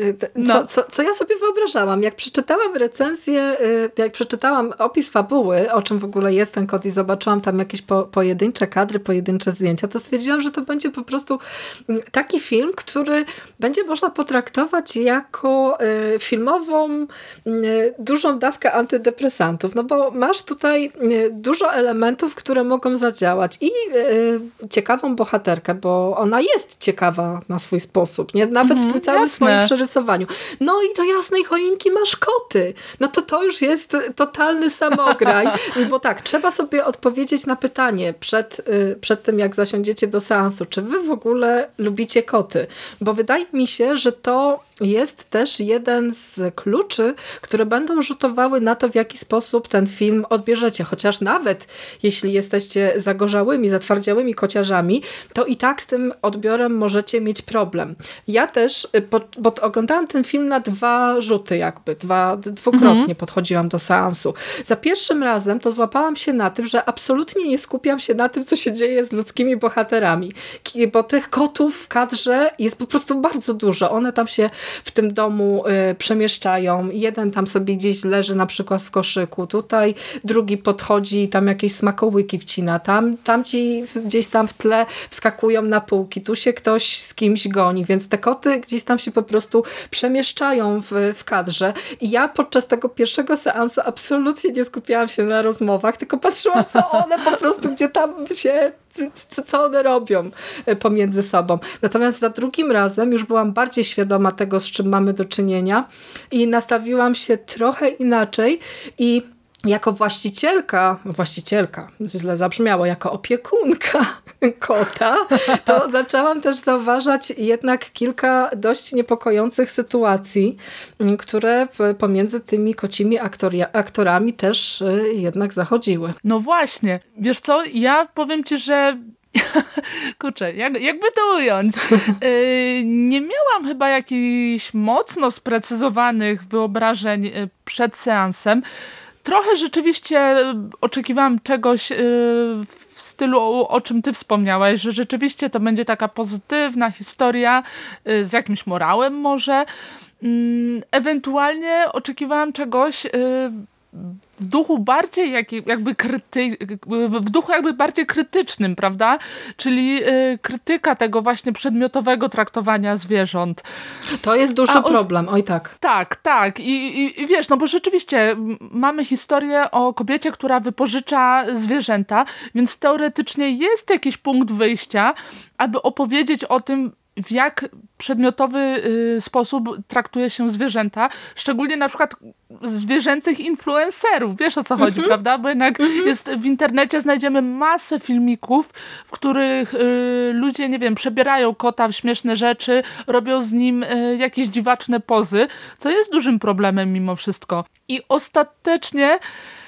Speaker 4: co ja sobie wyobrażałam. Jak przeczytałam recenzję, jak przeczytałam opis fabuły, o czym w ogóle jest ten kot i zobaczyłam tam jakieś pojedyncze kadry, pojedyncze zdjęcia, to stwierdziłam, że to będzie po prostu taki film, który będzie można potraktować jako filmową dużą dawkę antydepresantów. kotów, no bo masz tutaj dużo elementów, które mogą zadziałać i ciekawą bohaterkę, bo ona jest ciekawa na swój sposób, nie? Nawet w całym swoim przerysowaniu. No i do jasnej choinki masz koty. No to już jest totalny samograj, bo tak, trzeba sobie odpowiedzieć na pytanie przed tym, jak zasiądziecie do seansu, czy wy w ogóle lubicie koty? Bo wydaje mi się, że to jest też jeden z kluczy, które będą rzutowały na to, w jaki sposób ten film odbierzecie. Chociaż nawet jeśli jesteście zagorzałymi, zatwardziałymi kociarzami, to i tak z tym odbiorem możecie mieć problem. Ja też, bo oglądałam ten film na 2 rzuty jakby, dwukrotnie podchodziłam do seansu. Za pierwszym razem to złapałam się na tym, że absolutnie nie skupiam się na tym, co się dzieje z ludzkimi bohaterami, bo tych kotów w kadrze jest po prostu bardzo dużo. One tam się w tym domu przemieszczają. Jeden tam sobie gdzieś leży na przykład w koszyku. Tutaj drugi podchodzi i tam jakieś smakołyki wcina. Tamci gdzieś tam w tle wskakują na półki. Tu się ktoś z kimś goni, więc te koty gdzieś tam się po prostu przemieszczają w kadrze. I ja podczas tego pierwszego seansu absolutnie nie skupiałam się na rozmowach, tylko patrzyłam, co one po prostu, gdzie tam się co one robią pomiędzy sobą. Natomiast za drugim razem już byłam bardziej świadoma tego, z czym mamy do czynienia i nastawiłam się trochę inaczej i jako właścicielka, źle zabrzmiało, jako opiekunka kota, to zaczęłam też zauważać jednak kilka dość niepokojących sytuacji, które pomiędzy tymi kocimi aktorami też jednak zachodziły.
Speaker 5: No właśnie, wiesz co, ja powiem ci, że kurczę, jakby to ująć? Nie miałam chyba jakichś mocno sprecyzowanych wyobrażeń przed seansem. Trochę rzeczywiście oczekiwałam czegoś w stylu, o czym ty wspomniałaś, że rzeczywiście to będzie taka pozytywna historia z jakimś morałem może. Ewentualnie oczekiwałam czegoś w duchu bardziej jakby bardziej krytycznym, prawda? Czyli krytyka tego właśnie przedmiotowego traktowania zwierząt.
Speaker 4: To jest duży problem, oj tak.
Speaker 5: Tak. I wiesz, no bo rzeczywiście mamy historię o kobiecie, która wypożycza zwierzęta, więc teoretycznie jest jakiś punkt wyjścia, aby opowiedzieć o tym, w jak przedmiotowy sposób traktuje się zwierzęta, szczególnie na przykład zwierzęcych influencerów. Wiesz, o co chodzi, prawda? Bo jednak jest w internecie znajdziemy masę filmików, w których ludzie, nie wiem, przebierają kota w śmieszne rzeczy, robią z nim jakieś dziwaczne pozy, co jest dużym problemem mimo wszystko. I ostatecznie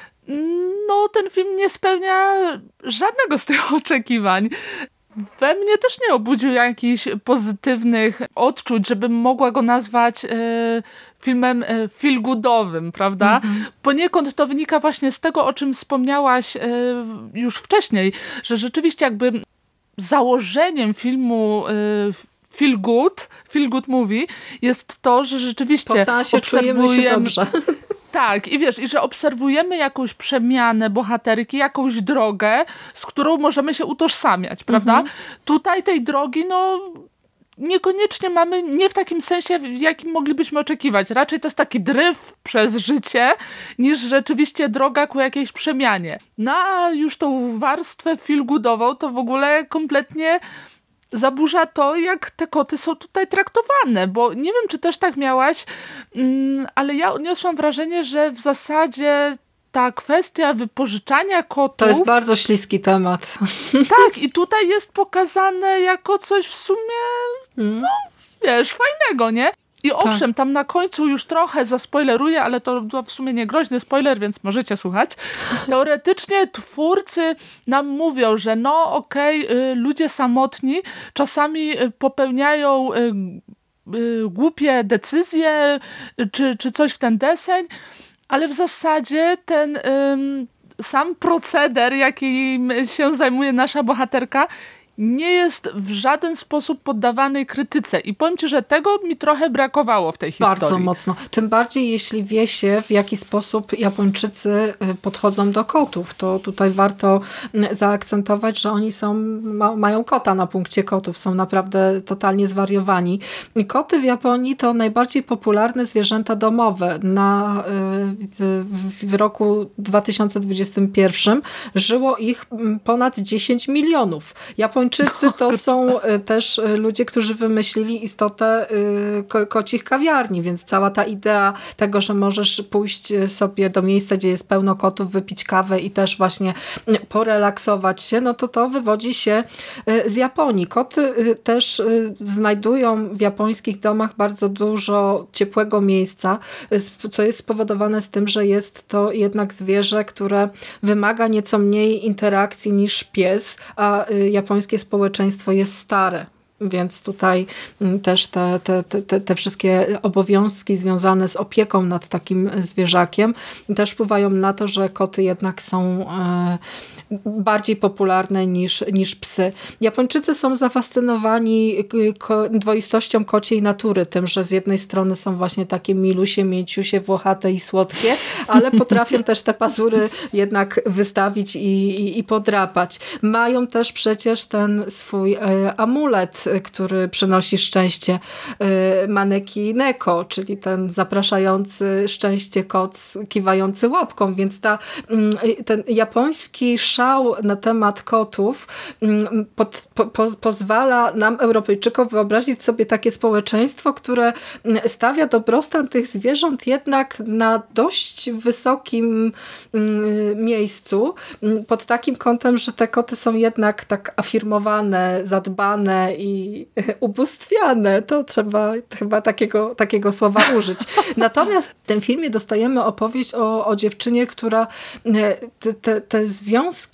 Speaker 5: no, ten film nie spełnia żadnego z tych oczekiwań. We mnie też nie obudził jakichś pozytywnych odczuć, żebym mogła go nazwać filmem feel-goodowym, prawda? Poniekąd to wynika właśnie z tego, o czym wspomniałaś już wcześniej, że rzeczywiście jakby założeniem filmu feel good movie jest to, że rzeczywiście
Speaker 4: po seansie czujemy się dobrze.
Speaker 5: Tak, i wiesz, i że obserwujemy jakąś przemianę bohaterki, jakąś drogę, z którą możemy się utożsamiać, prawda? Tutaj tej drogi, no niekoniecznie mamy, nie w takim sensie, w jakim moglibyśmy oczekiwać. Raczej to jest taki dryf przez życie, niż rzeczywiście droga ku jakiejś przemianie. No a już tą warstwę feel-goodową to w ogóle kompletnie zaburza to, jak te koty są tutaj traktowane, bo nie wiem, czy też tak miałaś, ale ja odniosłam wrażenie, że w zasadzie ta kwestia wypożyczania kotów...
Speaker 4: To jest bardzo śliski temat.
Speaker 5: Tak, i tutaj jest pokazane jako coś w sumie, no wiesz, fajnego, nie? I owszem, tam na końcu już trochę zaspoileruję, ale to w sumie nie groźny spoiler, więc możecie słuchać. Teoretycznie twórcy nam mówią, że no okej, ludzie samotni czasami popełniają głupie decyzje, czy coś w ten deseń, ale w zasadzie ten sam proceder, jakim się zajmuje nasza bohaterka, nie jest w żaden sposób poddawanej krytyce. I powiem ci, że tego mi trochę brakowało w tej historii.
Speaker 4: Bardzo mocno. Tym bardziej, jeśli wie się, w jaki sposób Japończycy podchodzą do kotów. To tutaj warto zaakcentować, że oni mają kota na punkcie kotów. Są naprawdę totalnie zwariowani. Koty w Japonii to najbardziej popularne zwierzęta domowe. W roku 2021 żyło ich ponad 10 milionów. Japończycy to są też ludzie, którzy wymyślili istotę kocich kawiarni, więc cała ta idea tego, że możesz pójść sobie do miejsca, gdzie jest pełno kotów, wypić kawę i też właśnie porelaksować się, no to wywodzi się z Japonii. Koty też znajdują w japońskich domach bardzo dużo ciepłego miejsca, co jest spowodowane z tym, że jest to jednak zwierzę, które wymaga nieco mniej interakcji niż pies, a japońskie społeczeństwo jest stare. Więc tutaj też te wszystkie obowiązki związane z opieką nad takim zwierzakiem też wpływają na to, że koty jednak są bardziej popularne niż psy. Japończycy są zafascynowani dwoistością kociej natury, tym, że z jednej strony są właśnie takie milusie, mięciusie, włochate i słodkie, ale potrafią też te pazury jednak wystawić i podrapać. Mają też przecież ten swój amulet, który przynosi szczęście, maneki Neko, czyli ten zapraszający szczęście kot kiwający łapką, więc ten japoński szał na temat kotów pozwala nam, Europejczykom, wyobrazić sobie takie społeczeństwo, które stawia dobrostan tych zwierząt jednak na dość wysokim miejscu, pod takim kątem, że te koty są jednak tak afirmowane, zadbane i ubóstwiane. To trzeba chyba takiego słowa użyć. Natomiast w tym filmie dostajemy opowieść o dziewczynie, która te związki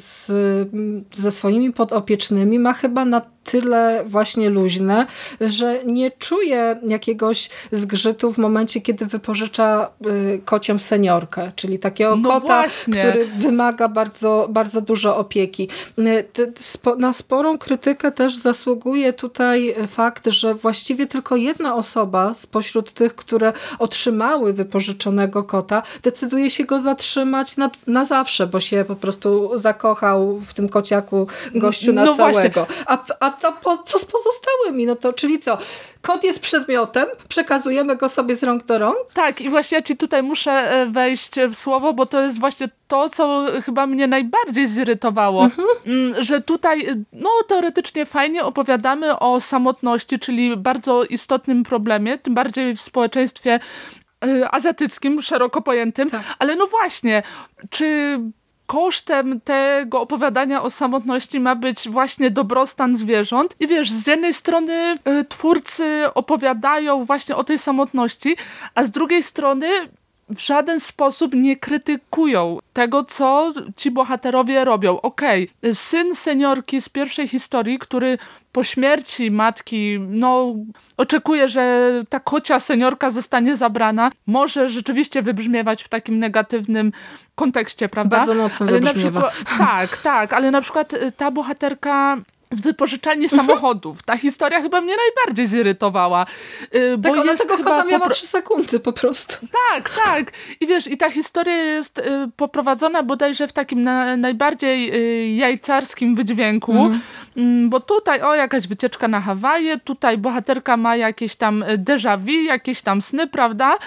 Speaker 4: ze swoimi podopiecznymi ma chyba na tyle właśnie luźne, że nie czuje jakiegoś zgrzytu w momencie, kiedy wypożycza kocią seniorkę, czyli takiego kota,
Speaker 5: właśnie,
Speaker 4: który wymaga bardzo, bardzo dużo opieki. Na sporą krytykę też zasługuje tutaj fakt, że właściwie tylko jedna osoba spośród tych, które otrzymały wypożyczonego kota, decyduje się go zatrzymać na zawsze, bo się po prostu zakochał w tym kociaku gościu na całego. A co z pozostałymi? No to, czyli co? Kot jest przedmiotem, przekazujemy go sobie z rąk do rąk?
Speaker 5: Tak, i właśnie ja ci tutaj muszę wejść w słowo, bo to jest właśnie to, co chyba mnie najbardziej zirytowało. Że tutaj, teoretycznie fajnie opowiadamy o samotności, czyli bardzo istotnym problemie, tym bardziej w społeczeństwie azjatyckim, szeroko pojętym, tak. Ale no właśnie, czy kosztem tego opowiadania o samotności ma być właśnie dobrostan zwierząt? I wiesz, z jednej strony twórcy opowiadają właśnie o tej samotności, a z drugiej strony w żaden sposób nie krytykują tego, co ci bohaterowie robią. Okej, syn seniorki z pierwszej historii, który po śmierci matki, oczekuje, że ta kocia seniorka zostanie zabrana, może rzeczywiście wybrzmiewać w takim negatywnym kontekście, prawda?
Speaker 4: Bardzo mocno wybrzmiewa.
Speaker 5: Tak, ale na przykład ta bohaterka z wypożyczalni samochodów. Ta historia chyba mnie najbardziej zirytowała. Bo
Speaker 4: tak, ona
Speaker 5: jest
Speaker 4: tego kota miała 3 sekundy po prostu.
Speaker 5: Tak. I wiesz, i ta historia jest poprowadzona bodajże w takim najbardziej jajcarskim wydźwięku, bo tutaj jakaś wycieczka na Hawaje, tutaj bohaterka ma jakieś tam déjà vu, jakieś tam sny, prawda?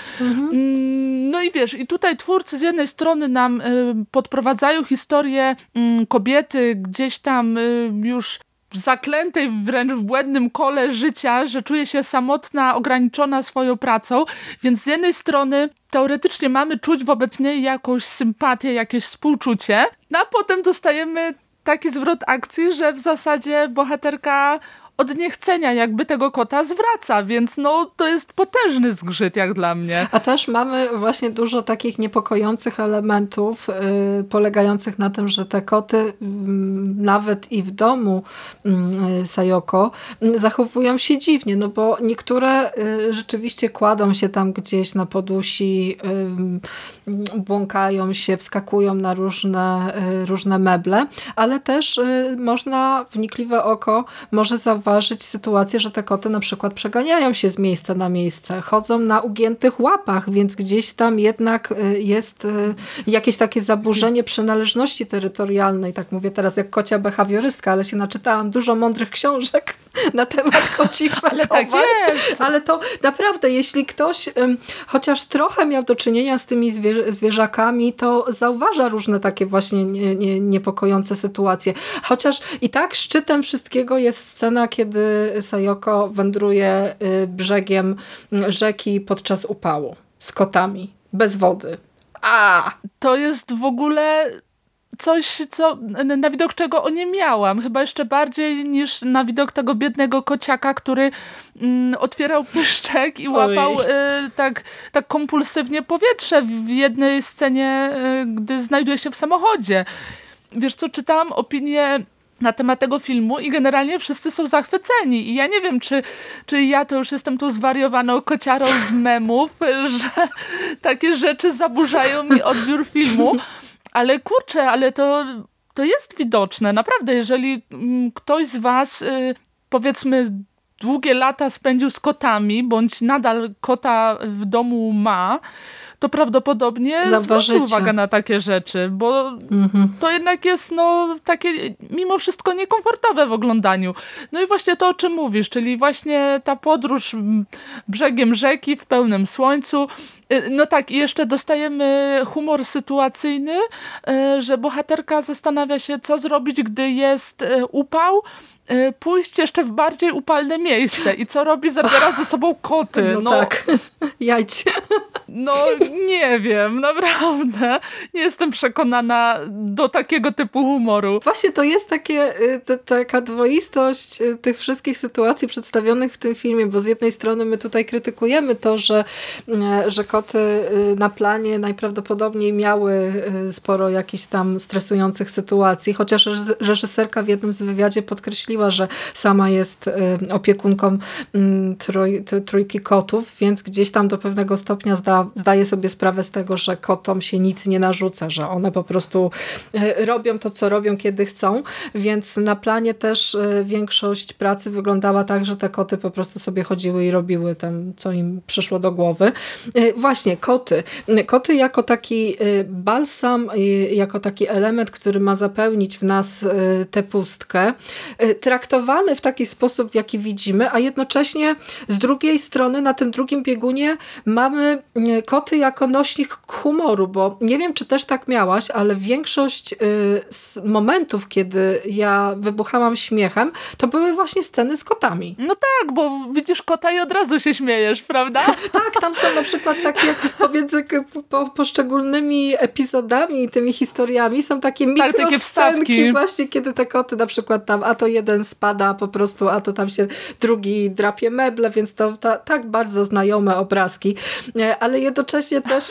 Speaker 5: No i wiesz, i tutaj twórcy z jednej strony nam podprowadzają historię kobiety gdzieś tam już zaklętej wręcz w błędnym kole życia, że czuje się samotna, ograniczona swoją pracą, więc z jednej strony teoretycznie mamy czuć wobec niej jakąś sympatię, jakieś współczucie, a potem dostajemy taki zwrot akcji, że w zasadzie bohaterka od niechcenia jakby tego kota zwraca, więc no to jest potężny zgrzyt jak dla mnie.
Speaker 4: A też mamy właśnie dużo takich niepokojących elementów polegających na tym, że te koty nawet i w domu Sayoko zachowują się dziwnie, no bo niektóre rzeczywiście kładą się tam gdzieś na podusi, błąkają się, wskakują na różne meble, ale też można, wnikliwe oko może zauważyć sytuację, że te koty na przykład przeganiają się z miejsca na miejsce, chodzą na ugiętych łapach, więc gdzieś tam jednak jest jakieś takie zaburzenie przynależności terytorialnej, tak mówię teraz jak kocia behawiorystka, ale się naczytałam dużo mądrych książek na temat kocich zachowań.
Speaker 5: Ale tak jest.
Speaker 4: Ale to naprawdę, jeśli ktoś chociaż trochę miał do czynienia z tymi zwierzakami, to zauważa różne takie właśnie niepokojące sytuacje. Chociaż i tak szczytem wszystkiego jest scena, kiedy Sayoko wędruje brzegiem rzeki podczas upału z kotami, bez wody.
Speaker 5: To jest w ogóle coś, na widok czego oniemiałam. Chyba jeszcze bardziej niż na widok tego biednego kociaka, który otwierał pyszczek i łapał tak kompulsywnie powietrze w jednej scenie, gdy znajduje się w samochodzie. Wiesz co, czytałam opinię na temat tego filmu i generalnie wszyscy są zachwyceni. I ja nie wiem, czy ja to już jestem tu zwariowaną kociarą z memów, że takie rzeczy zaburzają mi odbiór filmu. Ale kurczę, ale to jest widoczne. Naprawdę, jeżeli ktoś z was, powiedzmy, długie lata spędził z kotami, bądź nadal kota w domu ma, to prawdopodobnie zwróci uwagę na takie rzeczy, bo to jednak jest takie mimo wszystko niekomfortowe w oglądaniu. No i właśnie to, o czym mówisz, czyli właśnie ta podróż brzegiem rzeki w pełnym słońcu. No tak, i jeszcze dostajemy humor sytuacyjny, że bohaterka zastanawia się, co zrobić, gdy jest upał, pójść jeszcze w bardziej upalne miejsce. I co robi? Zabiera ze sobą koty.
Speaker 4: No tak, jajcie.
Speaker 5: No nie wiem, naprawdę. Nie jestem przekonana do takiego typu humoru.
Speaker 4: Właśnie to jest taka dwoistość tych wszystkich sytuacji przedstawionych w tym filmie, bo z jednej strony my tutaj krytykujemy to, że koty na planie najprawdopodobniej miały sporo jakichś tam stresujących sytuacji, chociaż reżyserka w jednym z wywiadzie podkreśliła, że sama jest opiekunką trójki kotów, więc gdzieś tam do pewnego stopnia zdaje sobie sprawę z tego, że kotom się nic nie narzuca, że one po prostu robią to, co robią, kiedy chcą, więc na planie też większość pracy wyglądała tak, że te koty po prostu sobie chodziły i robiły tam, co im przyszło do głowy. Właśnie, koty. Koty jako taki balsam, jako taki element, który ma zapełnić w nas tę pustkę, traktowane w taki sposób, w jaki widzimy, a jednocześnie z drugiej strony na tym drugim biegunie mamy koty jako nośnik humoru, bo nie wiem, czy też tak miałaś, ale większość momentów, kiedy ja wybuchałam śmiechem, to były właśnie sceny z kotami.
Speaker 5: No tak, bo widzisz kota i od razu się śmiejesz, prawda?
Speaker 4: Tak, tam są na przykład takie pomiędzy poszczególnymi epizodami i tymi historiami są takie mikroscenki właśnie, kiedy te koty na przykład tam, a to jeden spada po prostu, a to tam się drugi drapie meble, więc to tak bardzo znajome obrazki. Ale jednocześnie też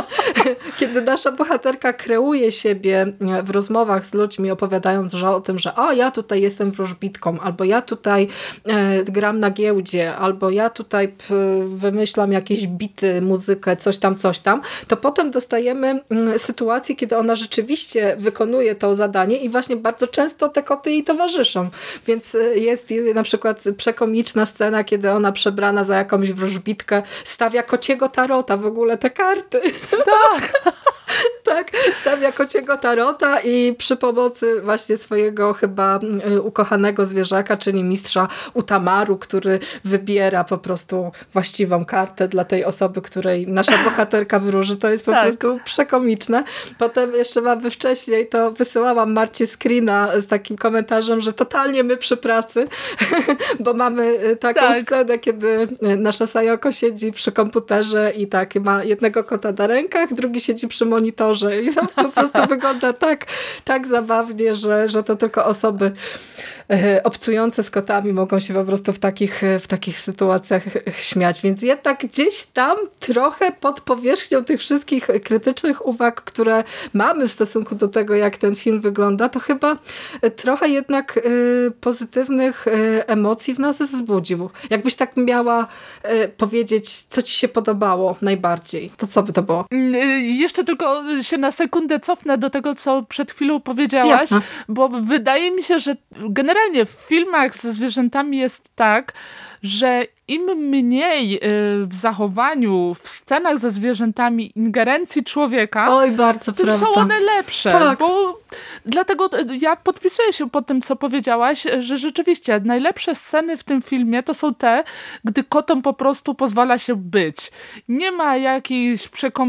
Speaker 4: kiedy nasza bohaterka kreuje siebie w rozmowach z ludźmi, opowiadając o tym, że ja tutaj jestem wróżbitką, albo ja tutaj gram na giełdzie, albo ja tutaj wymyślam jakieś bity, muzykę, coś tam, to potem dostajemy sytuację, kiedy ona rzeczywiście wykonuje to zadanie i właśnie bardzo często te koty jej towarzyszą. Więc jest na przykład przekomiczna scena, kiedy ona przebrana za jakąś wróżbitkę stawia kociego tarota, w ogóle te karty.
Speaker 5: Tak.
Speaker 4: Tak, stawia kociego tarota i przy pomocy właśnie swojego chyba ukochanego zwierzaka, czyli mistrza Utamaru, który wybiera po prostu właściwą kartę dla tej osoby, której nasza bohaterka wróży. To jest po prostu przekomiczne. Potem jeszcze mamy wcześniej, to wysyłałam Marcie screena z takim komentarzem, że totalnie my przy pracy, bo mamy taką scenę, kiedy nasza Sayoko siedzi przy komputerze i ma jednego kota na rękach, drugi siedzi przy monitorze i to po prostu wygląda tak zabawnie, że to tylko osoby obcujące z kotami mogą się po prostu w takich sytuacjach śmiać. Więc jednak gdzieś tam trochę pod powierzchnią tych wszystkich krytycznych uwag, które mamy w stosunku do tego, jak ten film wygląda, to chyba trochę jednak pozytywnych emocji w nas wzbudził. Jakbyś tak miała powiedzieć, co ci się podobało najbardziej, to co by to było?
Speaker 5: Jeszcze tylko się na sekundę cofnę do tego, co przed chwilą powiedziałaś,
Speaker 4: Jasne.
Speaker 5: bo wydaje mi się, że generalnie w filmach ze zwierzętami jest tak, że im mniej w zachowaniu, w scenach ze zwierzętami ingerencji człowieka,
Speaker 4: Oj, bardzo
Speaker 5: tym
Speaker 4: prawda.
Speaker 5: są one lepsze.
Speaker 4: Tak.
Speaker 5: Bo dlatego ja podpisuję się pod tym, co powiedziałaś, że rzeczywiście najlepsze sceny w tym filmie to są te, gdy kotom po prostu pozwala się być. Nie ma jakichś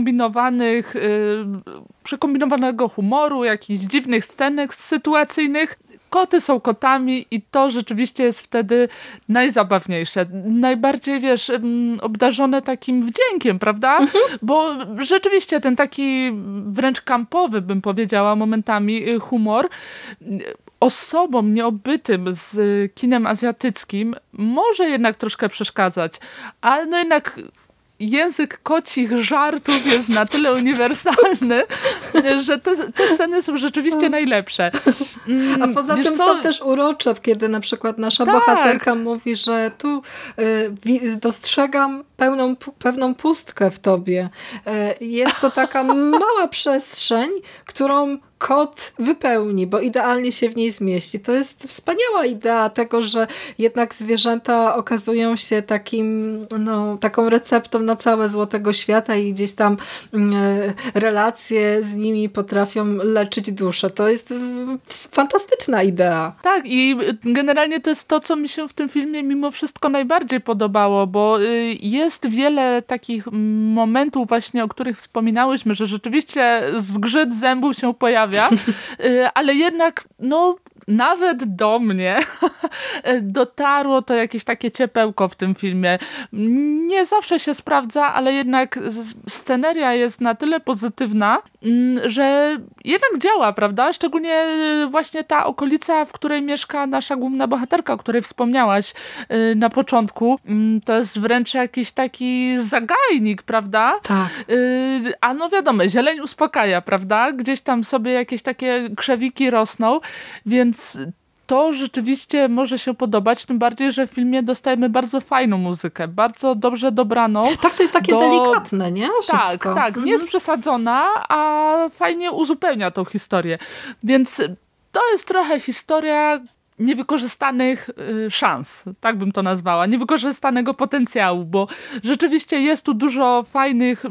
Speaker 5: przekombinowanego humoru, jakichś dziwnych scenek sytuacyjnych. Koty są kotami i to rzeczywiście jest wtedy najzabawniejsze. Najbardziej, obdarzone takim wdziękiem, prawda? Bo rzeczywiście ten taki wręcz kampowy, bym powiedziała momentami, humor osobom nieobytym z kinem azjatyckim może jednak troszkę przeszkadzać. Ale no jednak język kocich żartów jest na tyle uniwersalny, że te sceny są rzeczywiście najlepsze.
Speaker 4: A poza tym są też urocze, kiedy na przykład nasza bohaterka mówi, że tu dostrzegam pewną pustkę w tobie. Jest to taka mała przestrzeń, którą kot wypełni, bo idealnie się w niej zmieści. To jest wspaniała idea tego, że jednak zwierzęta okazują się taką receptą na całe zło tego świata i gdzieś tam relacje z nimi potrafią leczyć duszę. To jest fantastyczna idea.
Speaker 5: Tak, i generalnie to jest to, co mi się w tym filmie mimo wszystko najbardziej podobało, bo jest wiele takich momentów właśnie, o których wspominałyśmy, że rzeczywiście zgrzyt zębów się pojawia, ale jednak nawet do mnie dotarło to jakieś takie ciepełko w tym filmie. Nie zawsze się sprawdza, ale jednak sceneria jest na tyle pozytywna, że jednak działa, prawda? Szczególnie właśnie ta okolica, w której mieszka nasza główna bohaterka, o której wspomniałaś na początku. To jest wręcz jakiś taki zagajnik, prawda?
Speaker 4: Tak.
Speaker 5: A no wiadomo, zieleń uspokaja, prawda? Gdzieś tam sobie jakieś takie krzewiki rosną, więc to rzeczywiście może się podobać, tym bardziej, że w filmie dostajemy bardzo fajną muzykę, bardzo dobrze dobraną.
Speaker 4: Tak, to jest takie delikatne, nie? Wszystko.
Speaker 5: Tak, nie jest przesadzona, a fajnie uzupełnia tą historię. Więc to jest trochę historia niewykorzystanych szans, tak bym to nazwała, niewykorzystanego potencjału, bo rzeczywiście jest tu dużo fajnych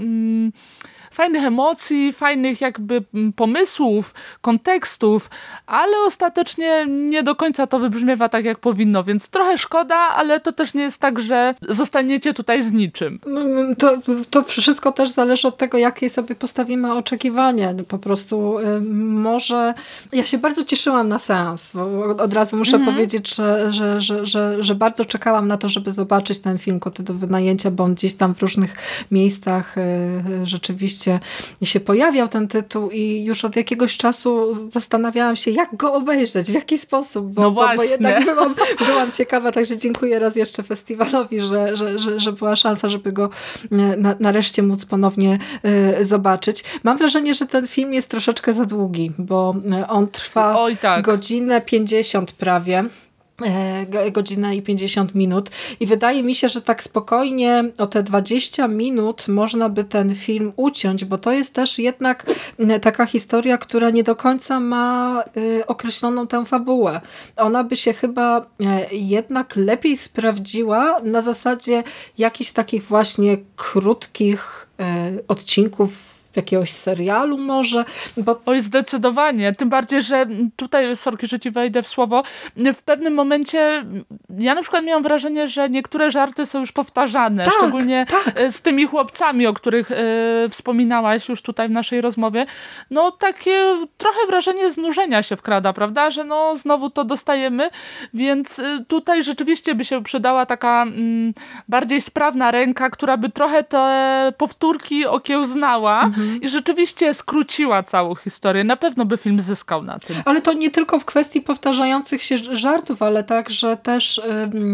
Speaker 5: emocji, fajnych jakby pomysłów, kontekstów, ale ostatecznie nie do końca to wybrzmiewa tak, jak powinno, więc trochę szkoda, ale to też nie jest tak, że zostaniecie tutaj z niczym.
Speaker 4: To wszystko też zależy od tego, jakie sobie postawimy oczekiwania. Po prostu może... Ja się bardzo cieszyłam na seans, bo od razu muszę powiedzieć, że bardzo czekałam na to, żeby zobaczyć ten film Koty do wynajęcia, bo on gdzieś tam w różnych miejscach rzeczywiście się pojawiał ten tytuł i już od jakiegoś czasu zastanawiałam się, jak go obejrzeć, w jaki sposób, bo jednak byłam ciekawa, także dziękuję raz jeszcze festiwalowi, że była szansa, żeby go nareszcie móc ponownie zobaczyć. Mam wrażenie, że ten film jest troszeczkę za długi, bo on trwa godzinę 50 prawie. Godzinę i 50 minut i wydaje mi się, że tak spokojnie o te 20 minut można by ten film uciąć, bo to jest też jednak taka historia, która nie do końca ma określoną tę fabułę. Ona by się chyba jednak lepiej sprawdziła na zasadzie jakichś takich właśnie krótkich odcinków jakiegoś serialu może.
Speaker 5: Oj, zdecydowanie. Tym bardziej, że tutaj, sorki, że ci wejdę w słowo, w pewnym momencie ja na przykład miałam wrażenie, że niektóre żarty są już powtarzane.
Speaker 4: Tak,
Speaker 5: szczególnie z tymi chłopcami, o których wspominałaś już tutaj w naszej rozmowie. No takie trochę wrażenie znużenia się wkrada, prawda? Że znowu to dostajemy, więc tutaj rzeczywiście by się przydała taka bardziej sprawna ręka, która by trochę te powtórki okiełznała. i rzeczywiście skróciła całą historię. Na pewno by film zyskał na tym.
Speaker 4: Ale to nie tylko w kwestii powtarzających się żartów, ale także też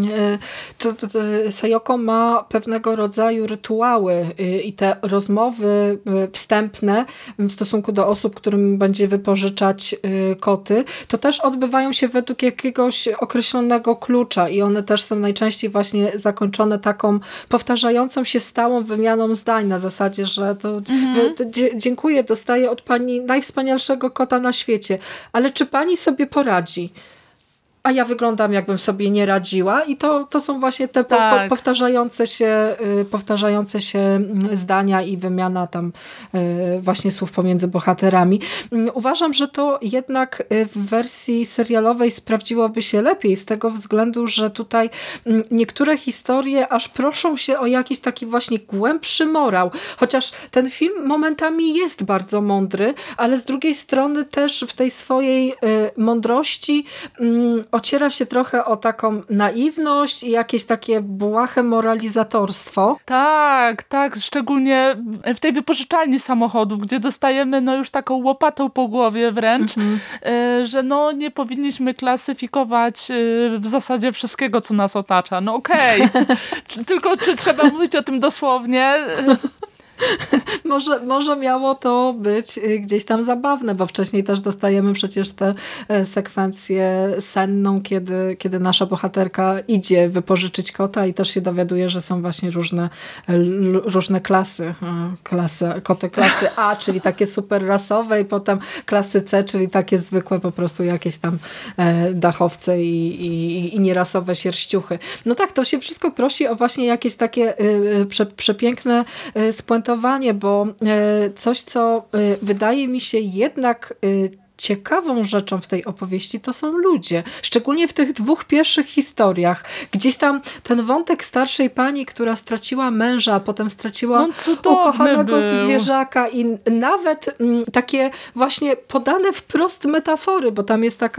Speaker 4: Sayoko ma pewnego rodzaju rytuały i te rozmowy wstępne w stosunku do osób, którym będzie wypożyczać koty, to też odbywają się według jakiegoś określonego klucza i one też są najczęściej właśnie zakończone taką powtarzającą się stałą wymianą zdań na zasadzie, że dziękuję, dostaję od pani najwspanialszego kota na świecie, ale czy pani sobie poradzi? A ja wyglądam, jakbym sobie nie radziła i to są właśnie te powtarzające się zdania i wymiana tam właśnie słów pomiędzy bohaterami. Uważam, że to jednak w wersji serialowej sprawdziłoby się lepiej z tego względu, że tutaj niektóre historie aż proszą się o jakiś taki właśnie głębszy morał. Chociaż ten film momentami jest bardzo mądry, ale z drugiej strony też w tej swojej mądrości ociera się trochę o taką naiwność i jakieś takie błahe moralizatorstwo.
Speaker 5: Tak, szczególnie w tej wypożyczalni samochodów, gdzie dostajemy już taką łopatą po głowie wręcz, że nie powinniśmy klasyfikować w zasadzie wszystkiego, co nas otacza. Okej. Tylko czy trzeba mówić o tym dosłownie?
Speaker 4: Może miało to być gdzieś tam zabawne, bo wcześniej też dostajemy przecież tę sekwencję senną, kiedy nasza bohaterka idzie wypożyczyć kota i też się dowiaduje, że są właśnie różne klasy. Koty klasy A, czyli takie super rasowe i potem klasy C, czyli takie zwykłe po prostu jakieś tam dachowce i nierasowe sierściuchy. No tak, to się wszystko prosi o właśnie jakieś takie przepiękne spuentowanie, bo coś, co wydaje mi się jednak ciekawą rzeczą w tej opowieści to są ludzie. Szczególnie w tych dwóch pierwszych historiach. Gdzieś tam ten wątek starszej pani, która straciła męża, a potem straciła ukochanego zwierzaka i nawet takie właśnie podane wprost metafory, bo tam jest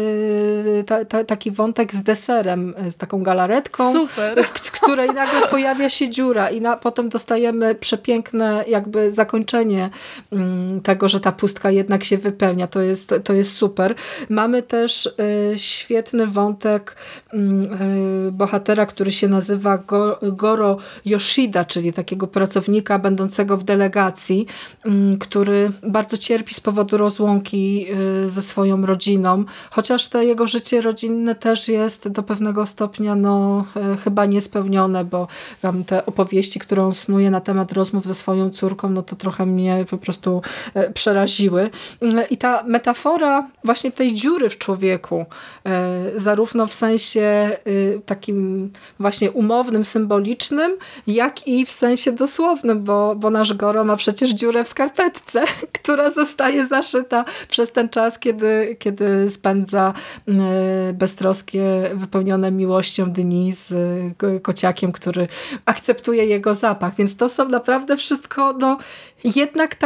Speaker 4: taki wątek z deserem, z taką galaretką, w której nagle pojawia się dziura i potem dostajemy przepiękne jakby zakończenie tego, że ta pustka jednak się wypełnia. To jest super. Mamy też świetny wątek bohatera, który się nazywa Goro Yoshida, czyli takiego pracownika będącego w delegacji, który bardzo cierpi z powodu rozłąki ze swoją rodziną, chociaż to jego życie rodzinne też jest do pewnego stopnia chyba niespełnione, bo tam te opowieści, które on snuje na temat rozmów ze swoją córką, to trochę mnie po prostu przeraziły. I ta metafora właśnie tej dziury w człowieku, zarówno w sensie takim właśnie umownym, symbolicznym, jak i w sensie dosłownym, bo nasz Goro ma przecież dziurę w skarpetce, która zostaje zaszyta przez ten czas, kiedy spędza beztroskie, wypełnione miłością dni z kociakiem, który akceptuje jego zapach. Więc to są naprawdę wszystko jednak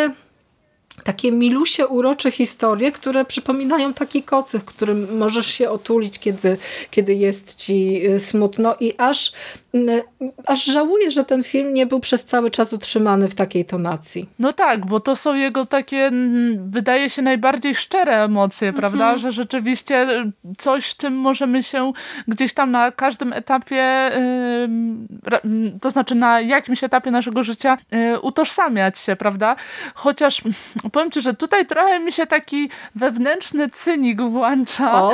Speaker 4: takie milusie, urocze historie, które przypominają taki kocyk, którym możesz się otulić, kiedy jest ci smutno i aż żałuję, że ten film nie był przez cały czas utrzymany w takiej tonacji.
Speaker 5: No tak, bo to są jego takie, wydaje się, najbardziej szczere emocje, prawda? Że rzeczywiście coś, z czym możemy się gdzieś tam na każdym etapie, to znaczy na jakimś etapie naszego życia utożsamiać się, prawda? Chociaż powiem ci, że tutaj trochę mi się taki wewnętrzny cynik włącza,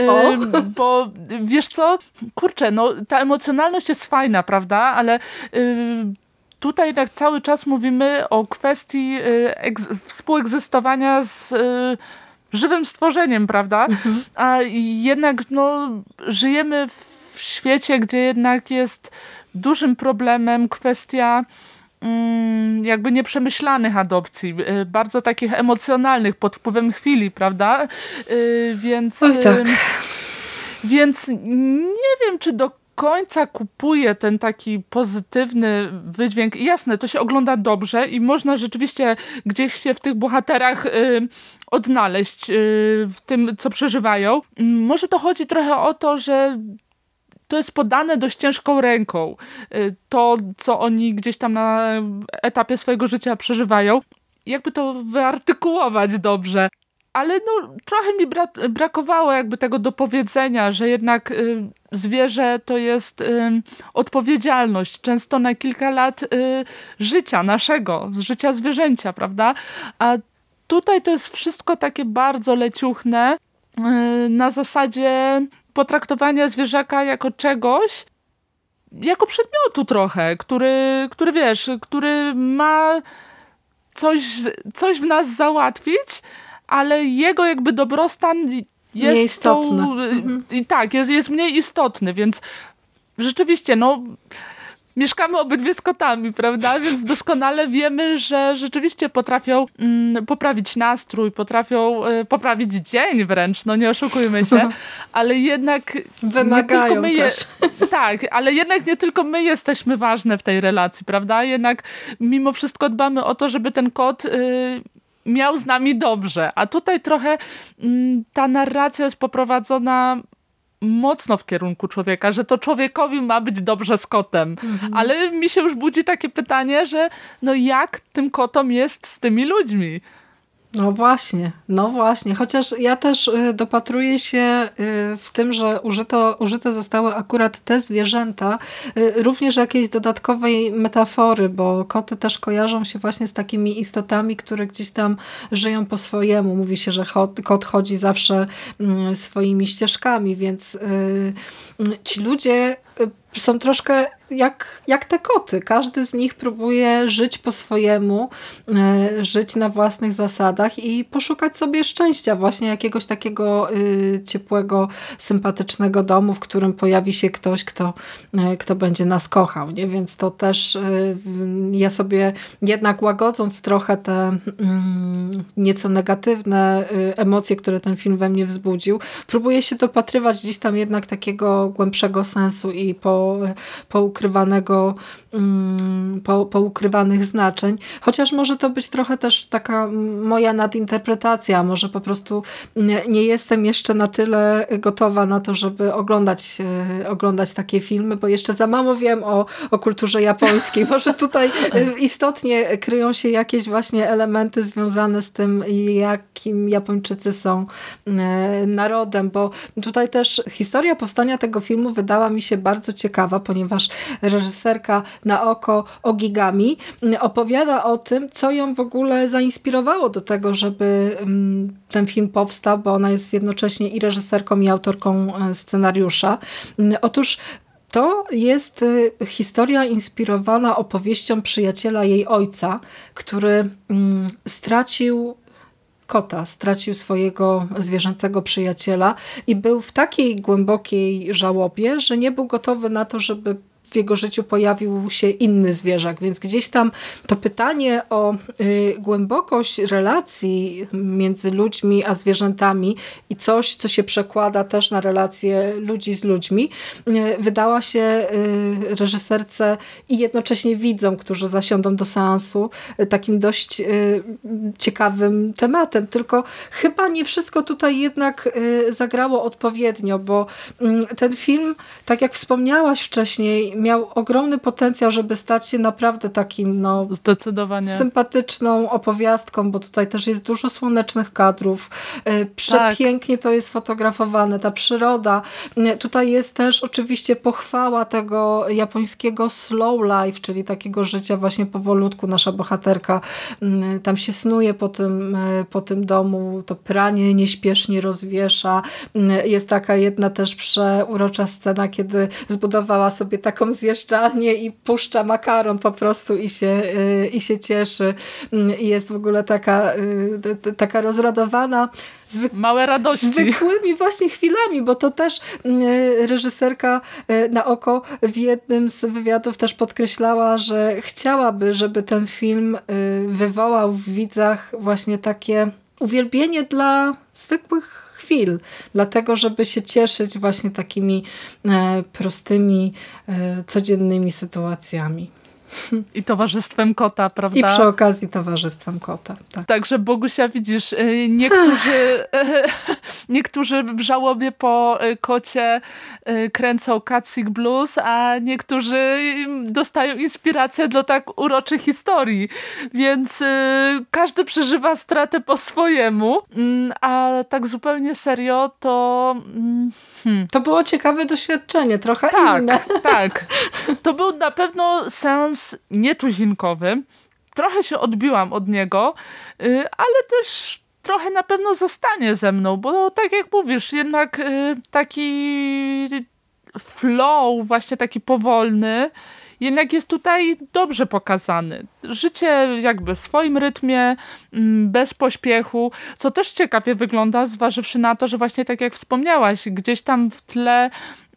Speaker 5: bo wiesz co? Kurczę, ta emocjonalność jest fajna, prawda? Ale tutaj jednak cały czas mówimy o kwestii współegzystowania z żywym stworzeniem, prawda? A jednak żyjemy w świecie, gdzie jednak jest dużym problemem kwestia jakby nieprzemyślanych adopcji, bardzo takich emocjonalnych, pod wpływem chwili, prawda? Więc,
Speaker 4: tak.
Speaker 5: Więc nie wiem, czy do końca kupuję ten taki pozytywny wydźwięk. Jasne, to się ogląda dobrze i można rzeczywiście gdzieś się w tych bohaterach odnaleźć w tym, co przeżywają. Może to chodzi trochę o to, że to jest podane dość ciężką ręką. To, co oni gdzieś tam na etapie swojego życia przeżywają. Jakby to wyartykułować dobrze. Ale no, trochę mi brakowało jakby tego dopowiedzenia, że jednak zwierzę to jest odpowiedzialność. Często na kilka lat życia naszego, życia zwierzęcia, prawda? A tutaj to jest wszystko takie bardzo leciuchne, na zasadzie potraktowania zwierzaka jako czegoś, jako przedmiotu trochę, który wiesz, który ma coś w nas załatwić, ale jego jakby dobrostan jest
Speaker 4: nieistotny.
Speaker 5: Tak, jest mniej istotny, więc rzeczywiście, no mieszkamy obydwie z kotami, prawda? Więc doskonale wiemy, że rzeczywiście potrafią poprawić nastrój, potrafią poprawić dzień wręcz, no nie oszukujmy się, ale jednak
Speaker 4: wymagają
Speaker 5: tak, ale jednak nie tylko my jesteśmy ważne w tej relacji, prawda? Jednak mimo wszystko dbamy o to, żeby ten kot miał z nami dobrze, a tutaj trochę ta narracja jest poprowadzona mocno w kierunku człowieka, że to człowiekowi ma być dobrze z kotem. Ale mi się już budzi takie pytanie, że no jak tym kotom jest z tymi ludźmi?
Speaker 4: No właśnie. Chociaż ja też dopatruję się w tym, że użyte zostały akurat te zwierzęta, również jakiejś dodatkowej metafory, bo koty też kojarzą się właśnie z takimi istotami, które gdzieś tam żyją po swojemu. Mówi się, że kot chodzi zawsze swoimi ścieżkami, więc ci ludzie są troszkę jak te koty. Każdy z nich próbuje żyć po swojemu, żyć na własnych zasadach i poszukać sobie szczęścia, właśnie jakiegoś takiego ciepłego, sympatycznego domu, w którym pojawi się ktoś, kto będzie nas kochał. Nie? Więc to też ja sobie jednak łagodząc trochę te nieco negatywne emocje, które ten film we mnie wzbudził, próbuję się dopatrywać gdzieś tam jednak takiego głębszego sensu i poukrywanych znaczeń. Chociaż może to być trochę też taka moja nadinterpretacja. Może po prostu nie jestem jeszcze na tyle gotowa na to, żeby oglądać takie filmy, bo jeszcze za mało wiem o kulturze japońskiej. Może tutaj istotnie kryją się jakieś właśnie elementy związane z tym, jakim Japończycy są narodem, bo tutaj też historia powstania tego filmu wydała mi się bardzo ciekawa, ponieważ reżyserka Naoko Ogigami opowiada o tym, co ją w ogóle zainspirowało do tego, żeby ten film powstał, bo ona jest jednocześnie i reżyserką, i autorką scenariusza. Otóż to jest historia inspirowana opowieścią przyjaciela jej ojca, który stracił kota, stracił swojego zwierzęcego przyjaciela i był w takiej głębokiej żałobie, że nie był gotowy na to, żeby w jego życiu pojawił się inny zwierzak, więc gdzieś tam to pytanie o głębokość relacji między ludźmi a zwierzętami i coś, co się przekłada też na relacje ludzi z ludźmi, wydała się reżyserce i jednocześnie widzom, którzy zasiądą do seansu, takim dość ciekawym tematem. Tylko chyba nie wszystko tutaj jednak zagrało odpowiednio, bo ten film, tak jak wspomniałaś wcześniej, miał ogromny potencjał, żeby stać się naprawdę takim
Speaker 5: zdecydowanie
Speaker 4: sympatyczną opowiastką, bo tutaj też jest dużo słonecznych kadrów. Przepięknie to jest fotografowane, ta przyroda. Tutaj jest też oczywiście pochwała tego japońskiego slow life, czyli takiego życia właśnie powolutku. Nasza bohaterka tam się snuje po tym domu, to pranie nieśpiesznie rozwiesza. Jest taka jedna też przeurocza scena, kiedy zbudowała sobie taką zjeżdżalnię i puszcza makaron po prostu i się cieszy. I jest w ogóle taka rozradowana
Speaker 5: małe radości.
Speaker 4: Zwykłymi właśnie chwilami, bo to też reżyserka Naoko w jednym z wywiadów też podkreślała, że chciałaby, żeby ten film wywołał w widzach właśnie takie uwielbienie dla zwykłych chwil, dlatego żeby się cieszyć właśnie takimi prostymi, codziennymi sytuacjami.
Speaker 5: I towarzystwem kota, prawda?
Speaker 4: I przy okazji towarzystwem kota. Tak.
Speaker 5: Także Bogusia, widzisz, niektórzy w żałobie po kocie kręcą Catsick Blues, a niektórzy dostają inspirację do tak uroczych historii. Więc każdy przeżywa stratę po swojemu. A tak zupełnie serio, to...
Speaker 4: To było ciekawe doświadczenie, trochę inne.
Speaker 5: Tak. To był na pewno seans nietuzinkowy. Trochę się odbiłam od niego, ale też trochę na pewno zostanie ze mną, bo tak jak mówisz, jednak taki flow, właśnie taki powolny, jednak jest tutaj dobrze pokazany. Życie jakby w swoim rytmie, bez pośpiechu, co też ciekawie wygląda, zważywszy na to, że właśnie tak jak wspomniałaś, gdzieś tam w tle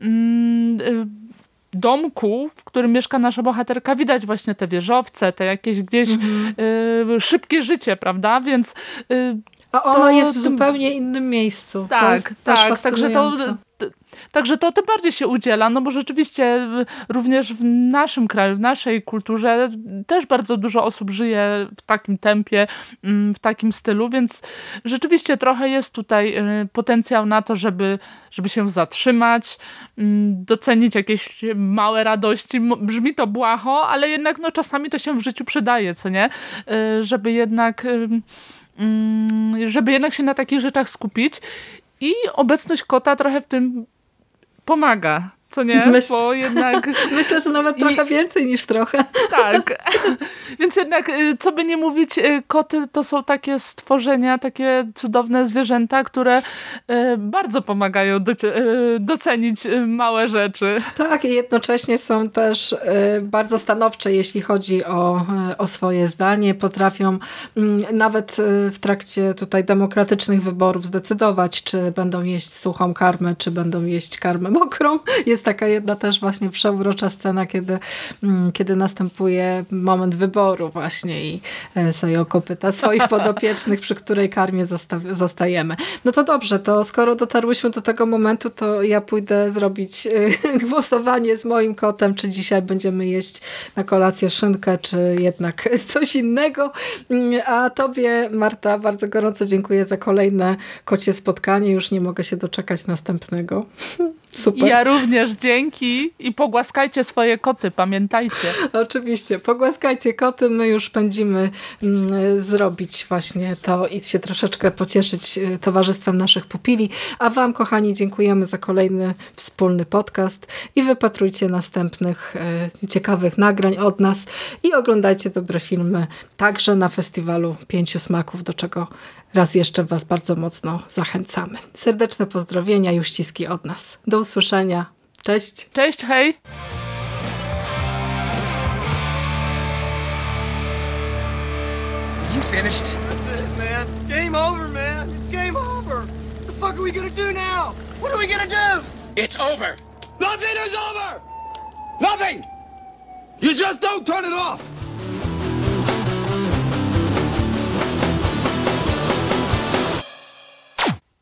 Speaker 5: domku, w którym mieszka nasza bohaterka, widać właśnie te wieżowce, te jakieś gdzieś szybkie życie, prawda? Więc
Speaker 4: a ona jest w zupełnie innym miejscu.
Speaker 5: Tak,
Speaker 4: to jest
Speaker 5: tak. Także to tym bardziej się udziela, no bo rzeczywiście również w naszym kraju, w naszej kulturze też bardzo dużo osób żyje w takim tempie, w takim stylu, więc rzeczywiście trochę jest tutaj potencjał na to, żeby się zatrzymać, docenić jakieś małe radości. Brzmi to błaho, ale jednak no, czasami to się w życiu przydaje, co nie? Żeby jednak się na takich rzeczach skupić. I obecność kota trochę w tym pomaga, co nie? Bo jednak...
Speaker 4: Myślę, że nawet trochę więcej niż trochę.
Speaker 5: Tak. Więc jednak, co by nie mówić, koty to są takie stworzenia, takie cudowne zwierzęta, które bardzo pomagają docenić małe rzeczy.
Speaker 4: Tak, i jednocześnie są też bardzo stanowcze, jeśli chodzi o swoje zdanie. Potrafią nawet w trakcie tutaj demokratycznych wyborów zdecydować, czy będą jeść suchą karmę, czy będą jeść karmę mokrą. Jest taka jedna też właśnie przeurocza scena, kiedy następuje moment wyboru właśnie i Sayoko pyta swoich podopiecznych, przy której karmie zostajemy. No to dobrze, to skoro dotarłyśmy do tego momentu, to ja pójdę zrobić głosowanie z moim kotem, czy dzisiaj będziemy jeść na kolację szynkę, czy jednak coś innego. A tobie, Marta, bardzo gorąco dziękuję za kolejne kocie spotkanie. Już nie mogę się doczekać następnego. Super.
Speaker 5: Ja również dzięki i pogłaskajcie swoje koty, pamiętajcie.
Speaker 4: Oczywiście, pogłaskajcie koty, my już pędzimy zrobić właśnie to i się troszeczkę pocieszyć towarzystwem naszych pupili, a wam, kochani, dziękujemy za kolejny wspólny podcast i wypatrujcie następnych ciekawych nagrań od nas i oglądajcie dobre filmy także na Festiwalu Pięciu Smaków, do czego raz jeszcze was bardzo mocno zachęcamy. Serdeczne pozdrowienia i uściski od nas. Do usłyszenia. Cześć.
Speaker 5: Cześć, hej.
Speaker 1: You finished?
Speaker 3: That's it, man. Game over, man. It's game over. What the fuck are we gonna do now? What are we gonna do?
Speaker 6: It's over.
Speaker 3: Nothing is over! Nothing! You just don't turn it off!